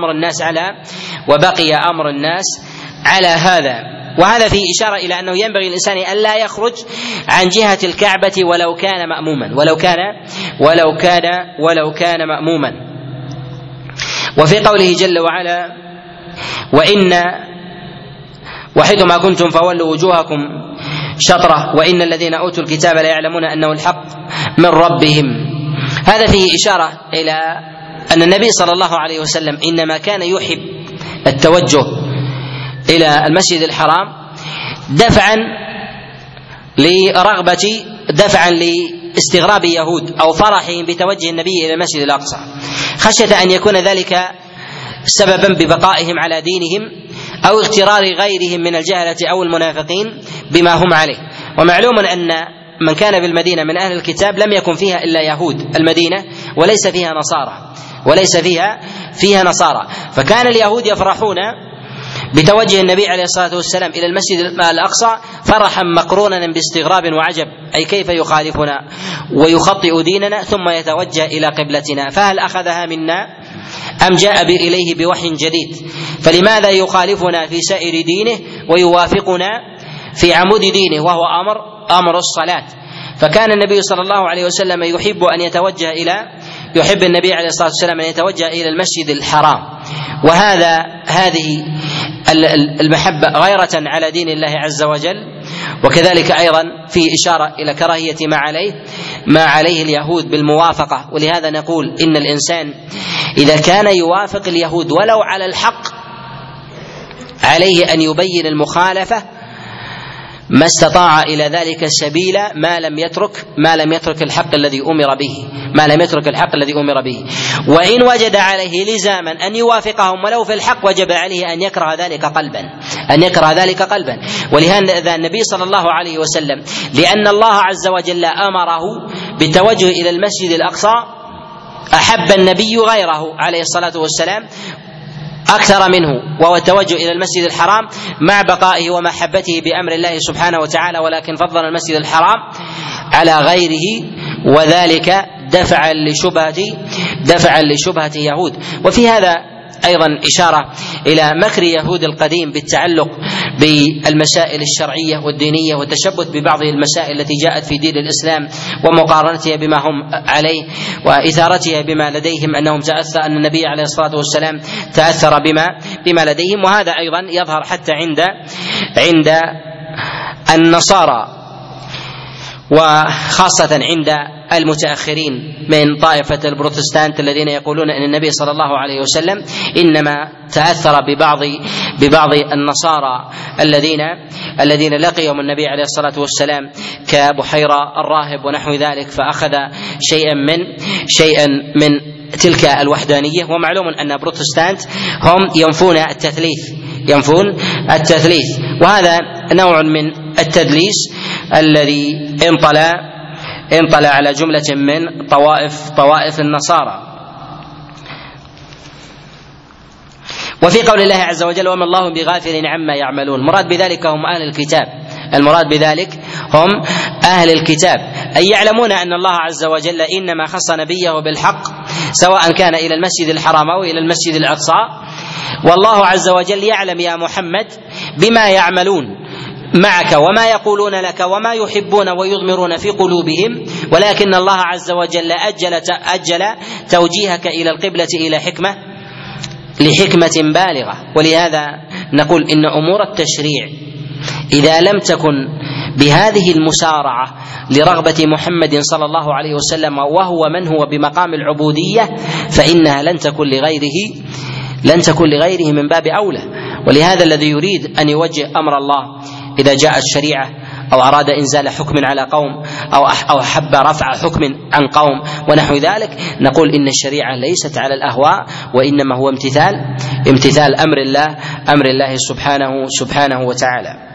أمر الناس على هذا. وهذا فيه إشارة إلى أنه ينبغي الإنسان أن لا يخرج عن جهة الكعبة ولو كان مأموما. وفي قوله جل وعلا: وحيث ما كنتم فولوا وجوهكم شطرة وإن الذين أوتوا الكتاب لا يعلمون أنه الحق من ربهم. هذا فيه إشارة إلى أن النبي صلى الله عليه وسلم إنما كان يحب التوجه إلى المسجد الحرام دفعا لاستغراب يهود أو فرحهم بتوجه النبي إلى المسجد الأقصى، خشية أن يكون ذلك سببا ببقائهم على دينهم أو اغترار غيرهم من الجهلة أو المنافقين بما هم عليه. ومعلوم أن من كان بالمدينة من أهل الكتاب لم يكن فيها إلا يهود المدينة وليس فيها نصارى، فكان اليهود يفرحون بتوجه النبي عليه الصلاة والسلام إلى المسجد الأقصى فرحا مقرونا باستغراب وعجب، أي كيف يخالفنا ويخطئ ديننا ثم يتوجه إلى قبلتنا، فهل أخذها منا أم جاء إليه بوحي جديد؟ فلماذا يخالفنا في سائر دينه ويوافقنا في عمود دينه وهو أمر الصلاة؟ فكان النبي صلى الله عليه وسلم يحب النبي عليه الصلاة والسلام أن يتوجه إلى المسجد الحرام، هذه المحبة غيرة على دين الله عز وجل. وكذلك أيضا في إشارة إلى كراهية ما عليه اليهود بالموافقة. ولهذا نقول إن الإنسان إذا كان يوافق اليهود ولو على الحق عليه أن يبين المخالفة ما استطاع إلى ذلك سبيلا ما لم يترك الحق الذي أمر به. وإن وجد عليه لزاما أن يوافقهم ولو في الحق وجب عليه أن يكره ذلك قلبا. ولهذا النبي صلى الله عليه وسلم لأن الله عز وجل أمره بالتوجه إلى المسجد الأقصى أحب النبي غيره عليه الصلاة والسلام أكثر منه، وهو التوجه إلى المسجد الحرام مع بقائه ومحبته بأمر الله سبحانه وتعالى، ولكن فضل المسجد الحرام على غيره، وذلك دفعا لشبهة يهود. وفي هذا أيضا إشارة إلى مكر يهود القديم بالتعلق بالمسائل الشرعية والدينية والتشبث ببعض المسائل التي جاءت في دين الإسلام ومقارنتها بما هم عليه وإثارتها بما لديهم، أن النبي عليه الصلاة والسلام تأثر بما لديهم. وهذا أيضا يظهر حتى عند النصارى، وخاصة عند المتأخرين من طائفة البروتستانت الذين يقولون أن النبي صلى الله عليه وسلم إنما تأثر ببعض النصارى الذين لقيهم النبي عليه الصلاة والسلام كبحيرة الراهب ونحو ذلك، فأخذ شيئا من تلك الوحدانية. ومعلوم أن بروتستانت هم ينفون التثليث، وهذا نوع من التدليس الذي انطلع على جملة من طوائف النصارى. وفي قول الله عز وجل: وما الله بغافل عما يعملون، المراد بذلك هم أهل الكتاب، أي يعلمون أن الله عز وجل إنما خص نبيه بالحق سواء كان إلى المسجد الحرام أو إلى المسجد الأقصى، والله عز وجل يعلم يا محمد بما يعملون معك وما يقولون لك وما يحبون ويضمرون في قلوبهم، ولكن الله عز وجل أجل توجيهك إلى القبلة لحكمة بالغة. ولهذا نقول إن أمور التشريع إذا لم تكن بهذه المسارعة لرغبة محمد صلى الله عليه وسلم وهو من هو بمقام العبودية فإنها لن تكن لغيره من باب أولى. ولهذا الذي يريد أن يوجه أمر الله إذا جاءت شريعة أو أراد إنزال حكم على قوم أو حب رفع حكم عن قوم ونحو ذلك، نقول إن الشريعة ليست على الأهواء، وإنما هو امتثال أمر الله سبحانه وتعالى.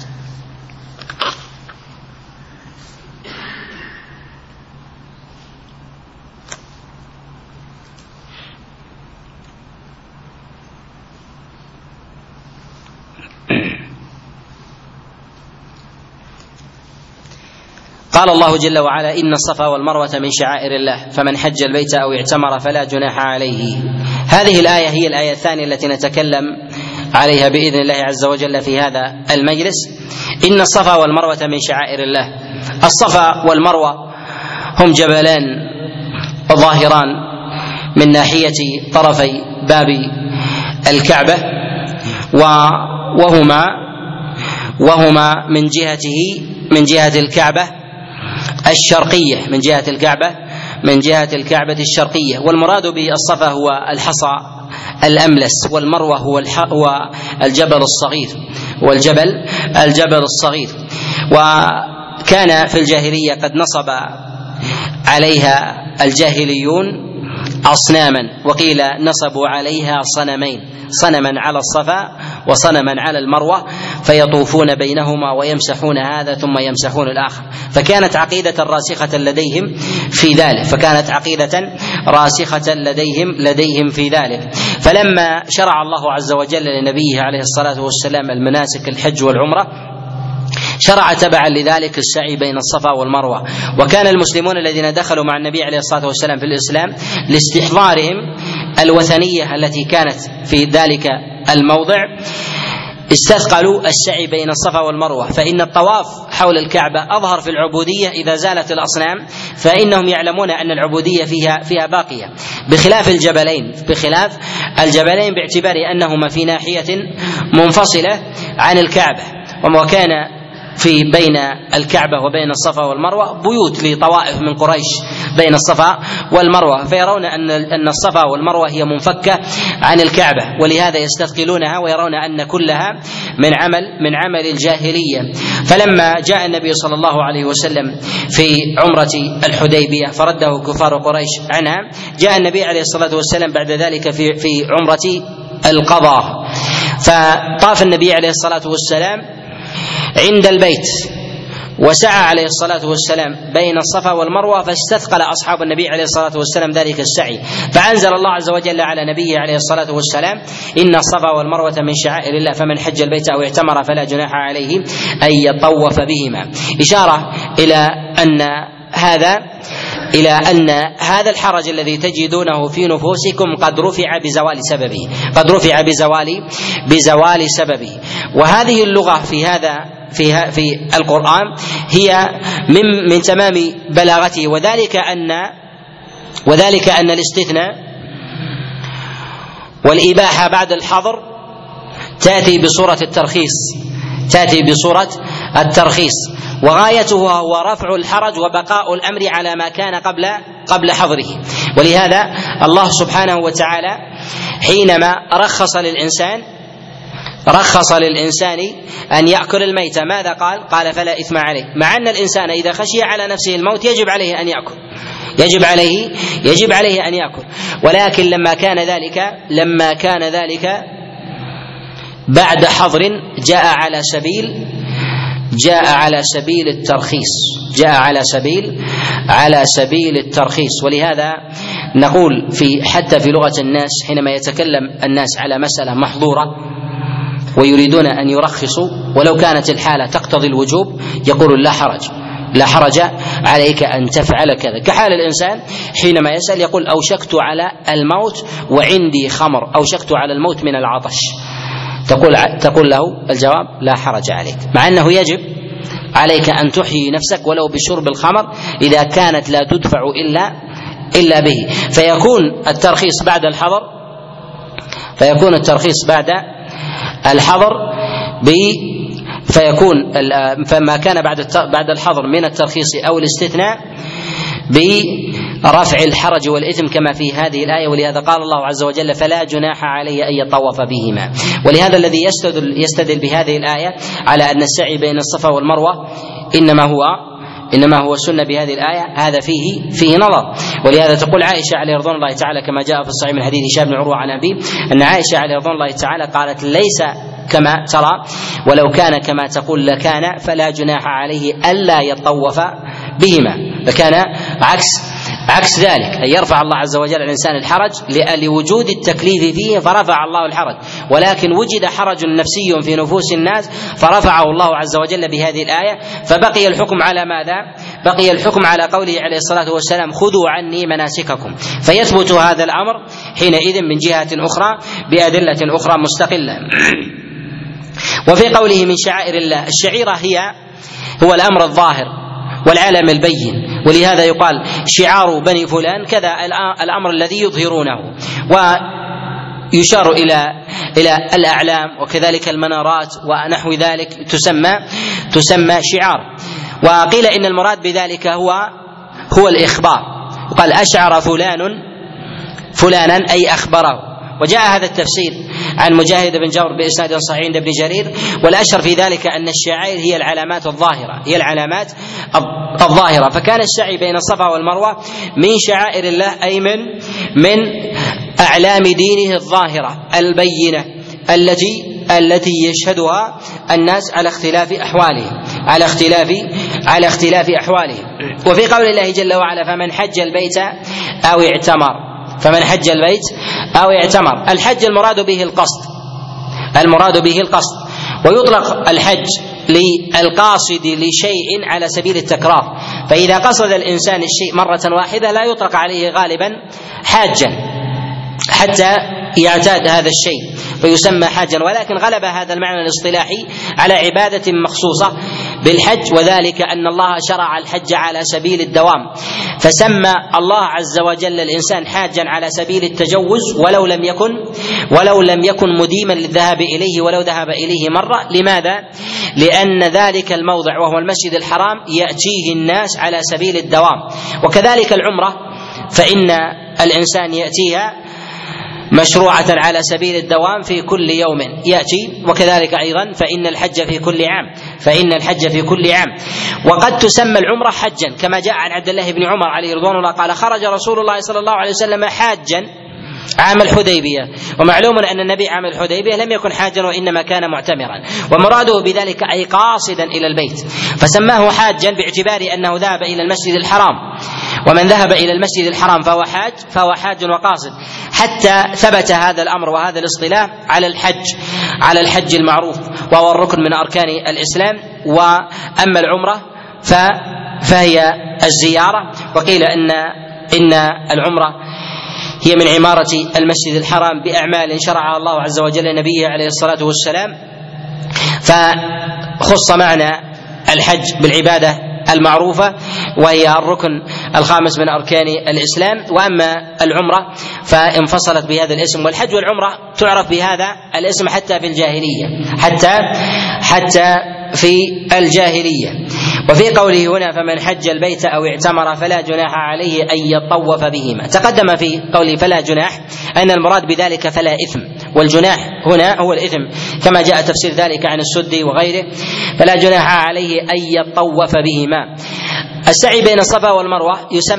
قال الله جل وعلا: إن الصفا والمروة من شعائر الله فمن حج البيت أو اعتمر فلا جناح عليه. هذه الآية هي الآية الثانية التي نتكلم عليها بإذن الله عز وجل في هذا المجلس. إن الصفا والمروة من شعائر الله. الصفا والمروة هم جبلان ظاهران من ناحية طرفي باب الكعبة، وهما من جهة الكعبة الشرقية، من جهة الكعبة الشرقية. والمراد بالصفا هو الحصى الأملس، والمروة هو الجبل الصغير. وكان في الجاهلية قد نصب عليها الجاهليون أصناما، وقيل نصبوا عليها صنمين، صنما على الصفا وصنما على المروة، فيطوفون بينهما ويمسحون هذا ثم يمسحون الآخر. فكانت عقيدة راسخة لديهم في ذلك. فلما شرع الله عز وجل لنبيه عليه الصلاة والسلام المناسك الحج والعمرة، شرع تبعا لذلك السعي بين الصفا والمروة. وكان المسلمون الذين دخلوا مع النبي عليه الصلاة والسلام في الإسلام لاستحضارهم الوثنية التي كانت في ذلك الموضع استثقلوا السعي بين الصفا والمروة، فإن الطواف حول الكعبة أظهر في العبودية إذا زالت الأصنام، فإنهم يعلمون أن العبودية فيها باقية، بخلاف الجبلين باعتبار أنهما في ناحية منفصلة عن الكعبة. وكان في بين الكعبة وبين الصفا والمروة بيوت لطوائف من قريش بين الصفا والمروة، فيرون أن الصفا والمروة هي منفكة عن الكعبة، ولهذا يستثقلونها ويرون أن كلها من عمل الجاهلية. فلما جاء النبي صلى الله عليه وسلم في عمرة الحديبية فرده كفار قريش عنها، جاء النبي عليه الصلاة والسلام بعد ذلك في عمرة القضاء، فطاف النبي عليه الصلاة والسلام عند البيت، وسعى عليه الصلاة والسلام بين الصفا والمروة، فاستثقل أصحاب النبي عليه الصلاة والسلام ذلك السعي، فأنزل الله عز وجل على نبيه عليه الصلاة والسلام: إن الصفا والمروة من شعائر الله فمن حج البيت أو اعتمر فلا جناح عليه أن يطوف بهما. إشارة إلى أن هذا الحرج الذي تجدونه في نفوسكم قد رفع بزوال سببه. وهذه اللغة في القرآن هي من تمام بلاغته، وذلك أن الاستثناء والإباحة بعد الحظر تأتي بصورة الترخيص، وغايته هو رفع الحرج وبقاء الأمر على ما كان قبل حظره. ولهذا الله سبحانه وتعالى حينما رخص للإنسان أن يأكل الميتة ماذا قال فلا إثم عليه، مع أن الإنسان إذا خشي على نفسه الموت يجب عليه أن يأكل، ولكن لما كان ذلك بعد حظر جاء على سبيل الترخيص. ولهذا نقول حتى في لغة الناس حينما يتكلم الناس على مسألة محظورة ويريدون أن يرخصوا ولو كانت الحالة تقتضي الوجوب، يقول لا حرج عليك أن تفعل كذا، كحال الإنسان حينما يسأل يقول: أوشكت على الموت وعندي خمر، أوشكت على الموت من العطش، تقول له الجواب: لا حرج عليك، مع أنه يجب عليك أن تحيي نفسك ولو بشرب الخمر إذا كانت لا تدفع إلا به. فيكون الترخيص بعد الحظر فما كان بعد الحظر من الترخيص أو الاستثناء برفع الحرج والإثم كما في هذه الآية. ولهذا قال الله عز وجل فلا جناح عليه أن يطوف بهما. ولهذا الذي يستدل بهذه الآية على أن السعي بين الصفا والمروة إنما هو سنة بهذه الآية، هذا فيه نظر. ولهذا تقول عائشة عليه رضوان الله تعالى كما جاء في الصحيح من حديث هشام بن عروة عن أبيه أن عائشة عليه رضوان الله تعالى قالت ليس كما ترى، ولو كان كما تقول لكان فلا جناح عليه ألا يطوف بهما، لكان عكس ذلك، أن يرفع الله عز وجل الإنسان الحرج لوجود التكليف فيه فرفع الله الحرج، ولكن وجد حرج نفسي في نفوس الناس فرفعه الله عز وجل بهذه الآية. فبقي الحكم على ماذا؟ بقي الحكم على قوله عليه الصلاة والسلام خذوا عني مناسككم، فيثبت هذا الأمر حينئذ من جهة أخرى بأدلة أخرى مستقلة. وفي قوله من شعائر الله، الشعيرة هو الأمر الظاهر والعلم البين، ولهذا يقال شعار بني فلان كذا الأمر الذي يظهرونه، ويشار إلى الأعلام وكذلك المنارات ونحو ذلك تسمى شعار. وقيل إن المراد بذلك هو الإخبار، وقال أشعر فلانا أي أخبره. وجاء هذا التفسير عن مجاهد بن جبر بإسناد صحيح عند ابن جرير، والأشهر في ذلك أن الشعائر هي العلامات الظاهرة، فكان السعي بين الصفا والمروة من شعائر الله أي من أعلام دينه الظاهرة البينة التي يشهدها الناس على اختلاف أحوالهم. وفي قول الله جل وعلا فمن حج البيت أو اعتمر، الحج المراد به القصد، ويطلق الحج للقاصد لشيء على سبيل التكرار، فإذا قصد الإنسان الشيء مرة واحدة لا يطلق عليه غالبا حاجا حتى يعتاد هذا الشيء فيسمى حاجا، ولكن غلب هذا المعنى الاصطلاحي على عبادة مخصوصة بالحج، وذلك أن الله شرع الحج على سبيل الدوام، فسمى الله عز وجل الإنسان حاجا على سبيل التجوز ولو لم يكن مديما للذهاب إليه ولو ذهب إليه مرة. لماذا؟ لأن ذلك الموضع وهو المسجد الحرام يأتيه الناس على سبيل الدوام. وكذلك العمرة فإن الإنسان يأتيها مشروعة على سبيل الدوام في كل يوم يأتي، وكذلك أيضا فإن الحج في كل عام، وقد تسمى العمرة حجا كما جاء عن عبد الله بن عمر عليه رضوان الله قال خرج رسول الله صلى الله عليه وسلم حاجا عام الحديبية، ومعلوم أن النبي عام الحديبية لم يكن حاجا وإنما كان معتمرا، ومراده بذلك أي قاصدا إلى البيت، فسماه حاجا باعتبار أنه ذهب إلى المسجد الحرام، ومن ذهب إلى المسجد الحرام فهو حاج وقاصد، حتى ثبت هذا الأمر وهذا الاصطلاح على الحج المعروف وهو الركن من أركان الإسلام. وأما العمرة فهي الزيارة، وقيل إن العمرة هي من عمارة المسجد الحرام بأعمال شرعها الله عز وجل لنبيه عليه الصلاة والسلام، فخص معنى الحج بالعبادة المعروفة وهي الركن الخامس من أركان الإسلام. وأما العمرة فانفصلت بهذا الاسم، والحج والعمرة تعرف بهذا الاسم حتى في الجاهلية. وفي قوله هنا فمن حج البيت أو اعتمر فلا جناح عليه أن يطوف بهما، تقدم في قوله فلا جناح أن المراد بذلك فلا إثم، والجناح هنا هو الإثم كما جاء تفسير ذلك عن السدي وغيره، فلا جناح عليه أن يطوف بهما. السعي بين الصفا والمروة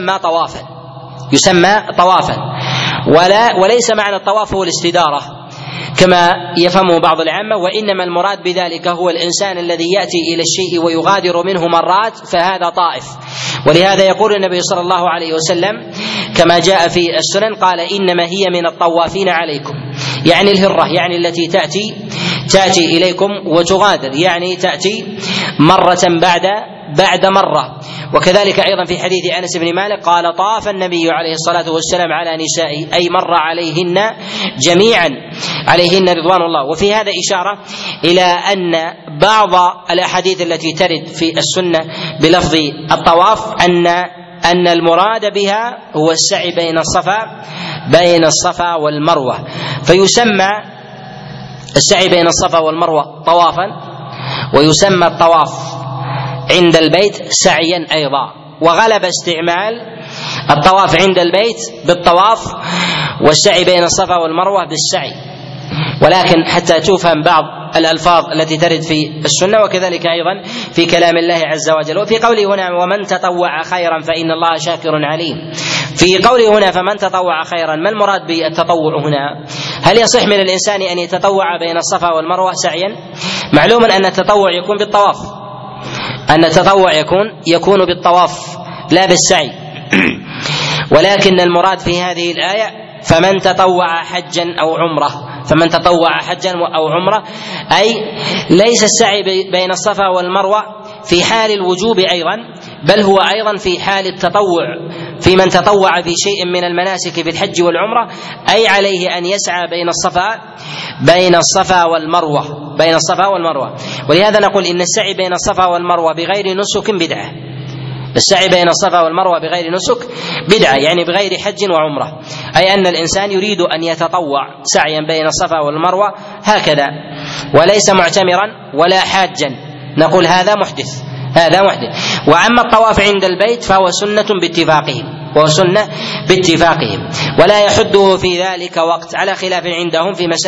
يسمى طوافا وليس معنى الطواف هو الاستدارة كما يفهمه بعض العامة، وإنما المراد بذلك هو الإنسان الذي يأتي إلى الشيء ويغادر منه مرات فهذا طائف. ولهذا يقول النبي صلى الله عليه وسلم كما جاء في السنن قال إنما هي من الطوافين عليكم، يعني الهرة، يعني التي تأتي إليكم وتغادر، يعني تأتي مرة بعد مرة. وكذلك أيضا في حديث أنس بن مالك قال طاف النبي عليه الصلاة والسلام على نسائه أي مر عليهن جميعا عليهن رضوان الله. وفي هذا إشارة إلى أن بعض الأحاديث التي ترد في السنة بلفظ الطواف أن المراد بها هو السعي بين الصفا والمروة، فيسمى السعي بين الصفا والمروة طوافا، ويسمى الطواف عند البيت سعيا أيضا، وغلب استعمال الطواف عند البيت بالطواف والسعي بين الصفا والمروة بالسعي، ولكن حتى تفهم بعض الألفاظ التي ترد في السنة، وكذلك أيضا في كلام الله عز وجل. وفي قوله هنا ومن تطوع خيرا فإن الله شاكر عليم، في قوله هنا فمن تطوع خيرا، ما المراد بالتطوع هنا؟ هل يصح من الإنسان أن يتطوع بين الصفا والمروة سعيا؟ معلوم أن التطوع يكون بالطواف، أن التطوع يكون بالطواف لا بالسعي، ولكن المراد في هذه الآية فمن تطوع حجا أو عمرة، فمن تطوع حجا أو عمرة، أي ليس السعي بين الصفا والمروة في حال الوجوب أيضا، بل هو أيضا في حال التطوع، في من تطوع في شيء من المناسك في الحج والعمرة، أي عليه أن يسعى بين الصفا والمروة. ولهذا نقول إن السعي بين الصفا والمروة بغير نسك بدعة، السعي بين الصفا والمروة بغير نسك بدعة، يعني بغير حج وعمرة، أي أن الإنسان يريد أن يتطوع سعيا بين الصفا والمروة هكذا، وليس معتمرا ولا حاجا، نقول هذا محدث. وأما الطواف عند البيت فهو سنة باتفاقهم، ولا يحده في ذلك وقت، على خلاف عندهم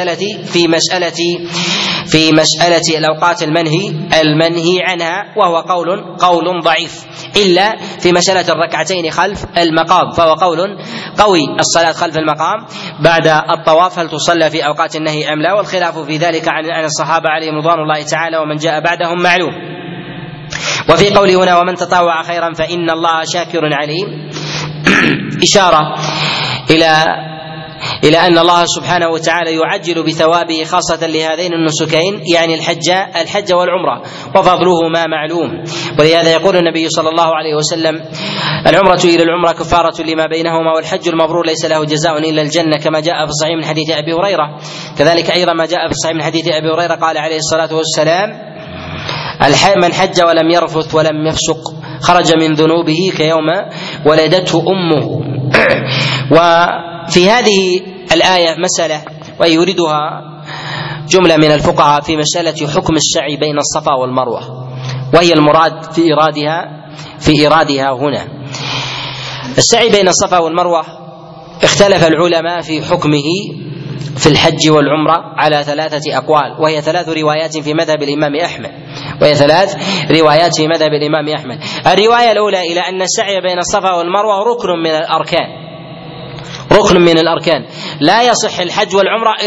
في مسألة الأوقات المنهي عنها، وهو قول ضعيف، إلا في مسألة الركعتين خلف المقام، فهو قول قوي. الصلاة خلف المقام بعد الطواف هل تصلى في أوقات النهي أم لا؟ والخلاف في ذلك عن الصحابة عليهم رضوان الله تعالى ومن جاء بعدهم معلوم. وفي قوله هنا ومن تطوع خيرا فإن الله شاكر عليم، إشارة إلى أن الله سبحانه وتعالى يعجل بثوابه خاصة لهذين النسكين، يعني الحج والعمرة، وفضلهما معلوم. ولهذا يقول النبي صلى الله عليه وسلم العمرة إلى العمرة كفارة لما بينهما، والحج المبرور ليس له جزاء إلا الجنة، كما جاء في الصحيح من حديث أبي هريرة. كذلك أيضا ما جاء في الصحيح من حديث أبي هريرة قال عليه الصلاة والسلام من حج ولم يرفث ولم يفسق خرج من ذنوبه كيوم ولدته أمه. وفي هذه الآية مسألة ويوردها جملة من الفقهاء في مسألة حكم السعي بين الصفا والمروة، وهي المراد في إيرادها هنا. السعي بين الصفا والمروة اختلف العلماء في حكمه في الحج والعمرة على 3 أقوال، وهي 3 روايات في مذهب الإمام أحمد. الرواية الأولى إلى أن السعي بين الصفا والمروة ركن من الأركان، لا يصح الحج والعمرة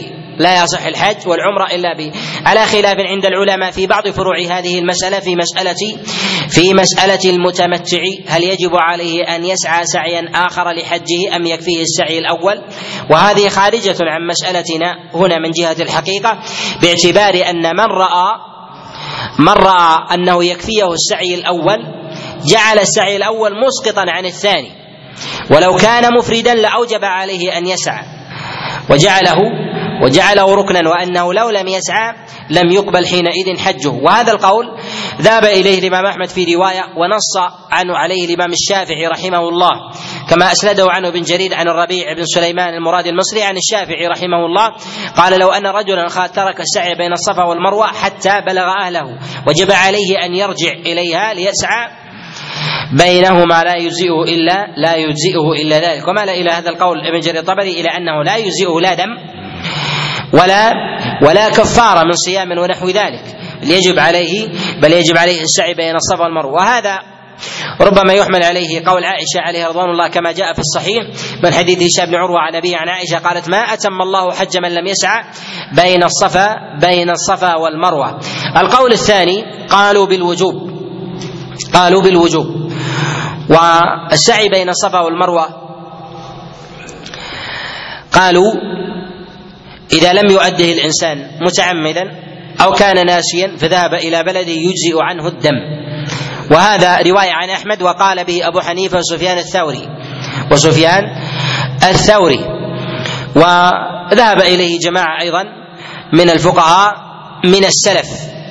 إلا به، على خلاف عند العلماء في بعض فروع هذه المسألة في مسألة المتمتع، هل يجب عليه أن يسعى سعيا آخر لحجه أم يكفيه السعي الأول؟ وهذه خارجة عن مسألتنا هنا من جهة الحقيقة، باعتبار أن من رأى أنه يكفيه السعي الأول جعل السعي الأول مسقطا عن الثاني، ولو كان مفردا لأوجب عليه أن يسعى وجعله ركنا، وأنه لو لم يسعى لم يقبل حينئذ حجه. وهذا القول ذهب إليه الإمام أحمد في رواية، ونص عنه عليه الإمام الشافعي رحمه الله، كما أسنده عنه ابن جرير عن الربيع بن سليمان المرادي المصري عن الشافعي رحمه الله قال لو أن رجلا ترك السعي بين الصفا والمروة حتى بلغ أهله وجب عليه أن يرجع إليها ليسعى بينهما لا يجزئه إلا ذلك. ومال إلى هذا القول ابن جرير الطبري إلى أنه لا يجزئه لا دم ولا كفارة من صيام ونحو ذلك، بل يجب عليه السعي بين الصفا والمروة. وهذا ربما يحمل عليه قول عائشة عليها رضوان الله كما جاء في الصحيح من حديث هشام بن عروة عن أبيه عن عائشة قالت ما أتم الله حج من لم يسعى بين الصفا والمروة. القول الثاني قالوا بالوجوب، والسعي بين الصفا والمروة قالوا إذا لم يؤده الإنسان متعمدا أو كان ناسيا فذهب إلى بلده يجزئ عنه الدم، وهذا رواية عن أحمد وقال به أبو حنيفة وسفيان الثوري، وذهب إليه جماعة أيضا من الفقهاء من السلف،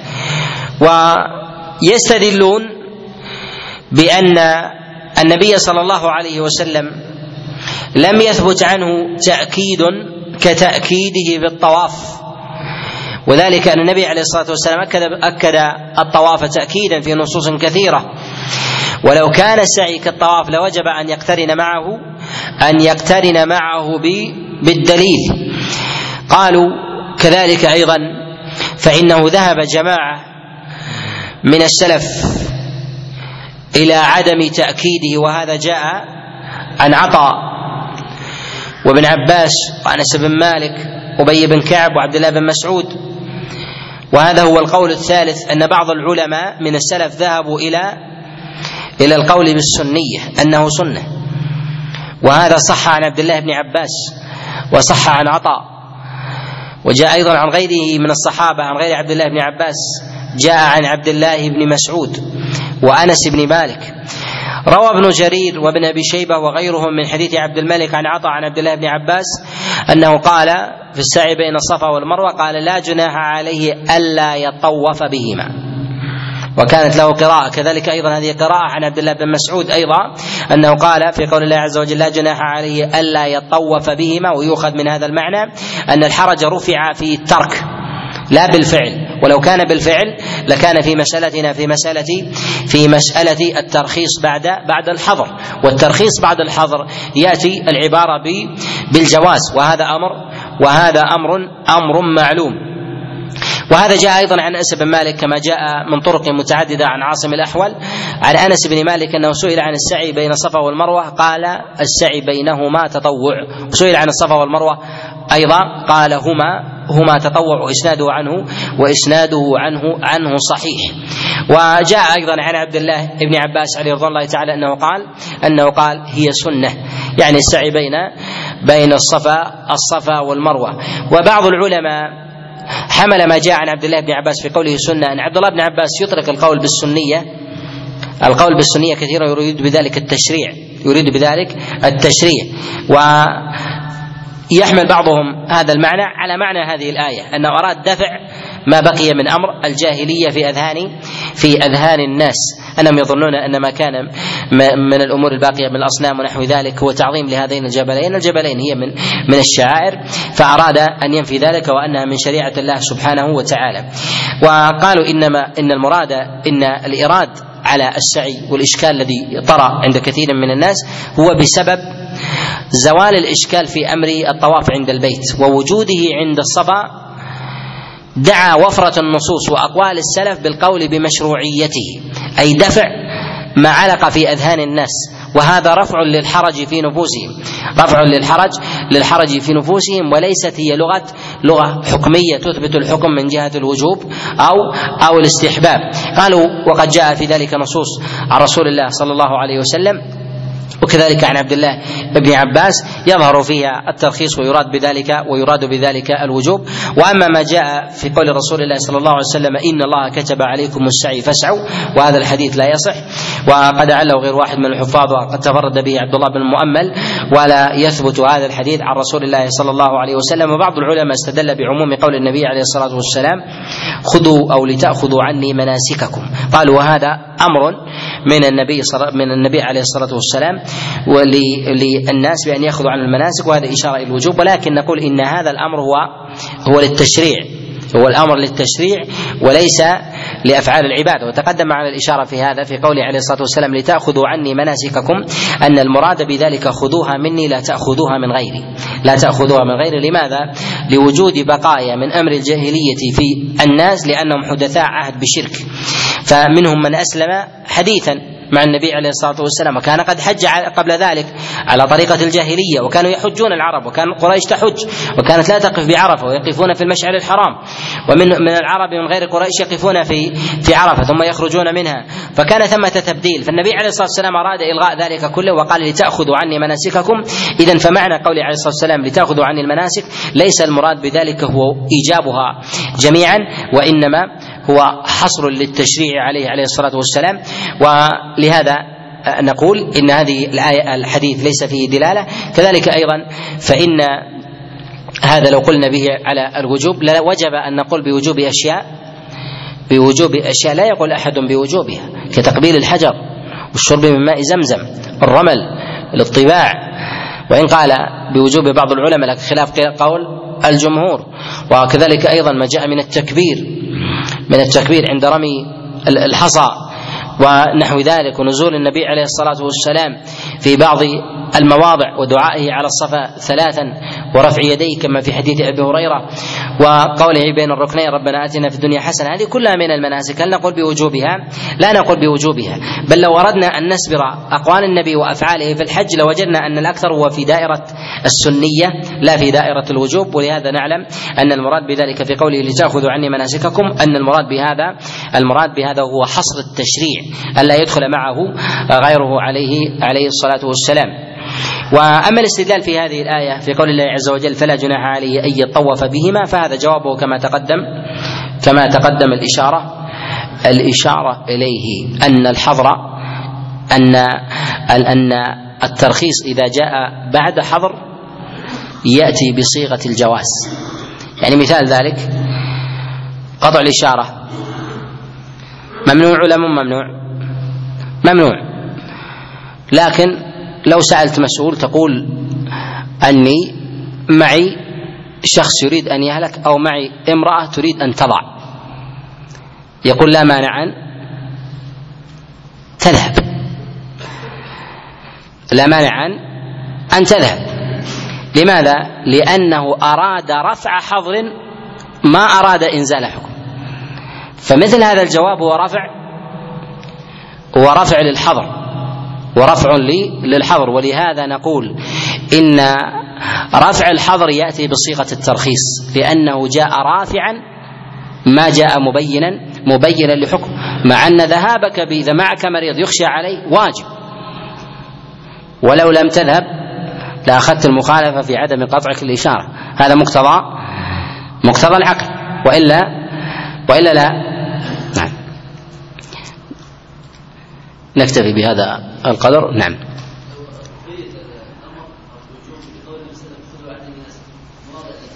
ويستدلون بأن النبي صلى الله عليه وسلم لم يثبت عنه تأكيد كتأكيده بالطواف، وذلك أن النبي عليه الصلاة والسلام أكد الطواف تأكيدا في نصوص كثيرة، ولو كان السعي كالطواف لوجب أن يقترن معه بالدليل. قالوا كذلك أيضا فإنه ذهب جماعة من السلف إلى عدم تأكيده، وهذا جاء عن عطاء وابن عباس وأنس بن مالك وأبي بن كعب وعبد الله بن مسعود. وهذا هو القول الثالث، أن بعض العلماء من السلف ذهبوا إلى القول بالسنية أنه سنة، وهذا صح عن عبد الله بن عباس وصح عن عطاء، وجاء أيضا عن غيره من الصحابة عن غير عبد الله بن عباس، جاء عن عبد الله بن مسعود وأنس بن مالك. روى ابن جرير وابن أبي شيبة وغيرهم من حديث عبد الملك عن عطاء عن عبد الله بن عباس أنه قال في السعي بين الصفا والمروة قال لا جناح عليه ألا يطوف بهما، وكانت له قراءة كذلك أيضا هذه قراءة عن عبد الله بن مسعود أيضا أنه قال في قول الله عز وجل لا جناح عليه ألا يطوف بهما. ويؤخذ من هذا المعنى أن الحرج رفع في الترك لا بالفعل، ولو كان بالفعل لكان في مسألتنا في مسألة الترخيص بعد الحظر، والترخيص بعد الحظر يأتي العبارة بالجواز، وهذا أمر معلوم. وهذا جاء أيضا عن أنس بن مالك كما جاء من طرق متعددة عن عاصم الأحول عن أنس بن مالك أنه سئل عن السعي بين الصفا والمروة قال السعي بينهما تطوع، وسئل عن الصفا والمروة أيضا قال هما تطوع، وإسناده عنه صحيح. وجاء أيضا عن عبد الله بن عباس عليه رضي الله تعالى أنه قال هي سنة، يعني السعي بين الصفا والمروة. وبعض العلماء حمل ما جاء عن عبد الله بن عباس في قوله سنة أن عبد الله بن عباس يطلق القول بالسنية كثيرا، يريد بذلك التشريع، ويحمل بعضهم هذا المعنى على معنى هذه الآية أنه أراد دفع ما بقي من أمر الجاهلية في أذهان الناس، أنهم يظنون أن ما كان من الأمور الباقية من الأصنام ونحو ذلك هو تعظيم لهذين الجبلين هي من الشعائر، فأراد أن ينفي ذلك وأنها من شريعة الله سبحانه وتعالى. وقالوا إن المراد إن الإراد على السعي والإشكال الذي طرأ عند كثير من الناس هو بسبب زوال الإشكال في أمر الطواف عند البيت ووجوده عند الصفا، دعا وفرة النصوص وأقوال السلف بالقول بمشروعيته، أي دفع ما علق في أذهان الناس، وهذا رفع للحرج في نفوسهم، وليست هي لغة حكمية تثبت الحكم من جهة الوجوب أو الاستحباب. قالوا وقد جاء في ذلك نصوص عن رسول الله صلى الله عليه وسلم وكذلك عن عبد الله بن عباس يظهر فيها الترخيص ويراد بذلك الوجوب. واما ما جاء في قول رسول الله صلى الله عليه وسلم ان الله كتب عليكم السعي فاسعوا، وهذا الحديث لا يصح، وقد عله غير واحد من الحفاظ وقد تفرد به عبد الله بن المؤمل، ولا يثبت هذا الحديث عن رسول الله صلى الله عليه وسلم. وبعض العلماء استدل بعموم قول النبي عليه الصلاة والسلام خذوا أو لتأخذوا عني مناسككم، قالوا وهذا أمر من النبي عليه الصلاة والسلام وللناس بأن يأخذوا عن المناسك، وهذا إشارة إلى الوجوب، ولكن نقول إن هذا الأمر هو للتشريع، هو الأمر للتشريع وليس لأفعال العبادة. وتقدم على الإشارة في هذا في قوله عليه الصلاة والسلام لتأخذوا عني مناسككم، أن المراد بذلك خذوها مني لا تأخذوها من غيري. لماذا؟ لوجود بقايا من أمر الجاهلية في الناس لأنهم حدثاء عهد بشرك، فمنهم من أسلم حديثا مع النبي عليه الصلاة والسلام وكان قد حج قبل ذلك على طريقة الجاهلية، وكانوا يحجون العرب، وكان قريش تحج وكانت لا تقف بعرفة ويقفون في المشعر الحرام، ومن العرب من غير قريش يقفون في عرفة ثم يخرجون منها، فكان ثمة تبديل. فالنبي عليه الصلاة والسلام أراد إلغاء ذلك كله وقال لتأخذوا عني مناسككم. إذن فمعنى قول عليه الصلاة والسلام لتأخذوا عني المناسك ليس المراد بذلك هو إيجابها جميعا، وإنما هو حصر للتشريع عليه الصلاة والسلام. ولهذا نقول إن هذه الآية الحديث ليس فيه دلالة. كذلك أيضا فإن هذا لو قلنا به على الوجوب لوجب أن نقول بوجوب أشياء لا يقول أحد بوجوبها، كتقبيل الحجر والشرب من ماء زمزم، الرمل، الاطباع، وإن قال بوجوب بعض العلماء لكن خلاف قول الجمهور. وكذلك أيضا ما جاء من التكبير عند رمي الحصى ونحو ذلك، ونزول النبي عليه الصلاة والسلام في بعض المواضع، ودعائه على الصفا 3 ورفع يديه كما في حديث أبي هريرة، وقوله بين الركنين ربنا آتنا في الدنيا حسنة. هذه كلها من المناسك. هل نقول بوجوبها؟ لا نقول بوجوبها، بل لو أردنا أن نسبر أقوال النبي وأفعاله في الحج لوجدنا أن الأكثر هو في دائرة السنية لا في دائرة الوجوب. ولهذا نعلم أن المراد بذلك في قوله لتأخذوا عني مناسككم أن المراد بهذا هو حصر التشريع ألا يدخل معه غيره عليه الصلاة والسلام. وأما الاستدلال في هذه الآية في قول الله عز وجل فلا جناح عليه أن يطوف بهما، فهذا جوابه كما تقدم الإشارة إليه أن الحظر أن الترخيص إذا جاء بعد حظر يأتي بصيغة الجواز. يعني مثال ذلك قطع الإشارة ممنوع ولا ممنوع، لكن لو سألت مسؤول تقول أني معي شخص يريد أن يهلك أو معي امرأة تريد أن تضع، يقول لا مانع أن تذهب. لماذا؟ لأنه أراد رفع حظر ما أراد إنزال حكم. فمثل هذا الجواب هو رفع للحظر ورفع للحظر. ولهذا نقول إن رفع الحظر يأتي بصيغة الترخيص لأنه جاء رافعا ما جاء مبينا لحكم، مع أن ذهابك إذا معك مريض يخشى عليه واجب، ولو لم تذهب لأخذت المخالفة في عدم قطعك الإشارة. هذا مقتضى العقل، وإلا لا. نعم، نكتفي بهذا القدر. نعم.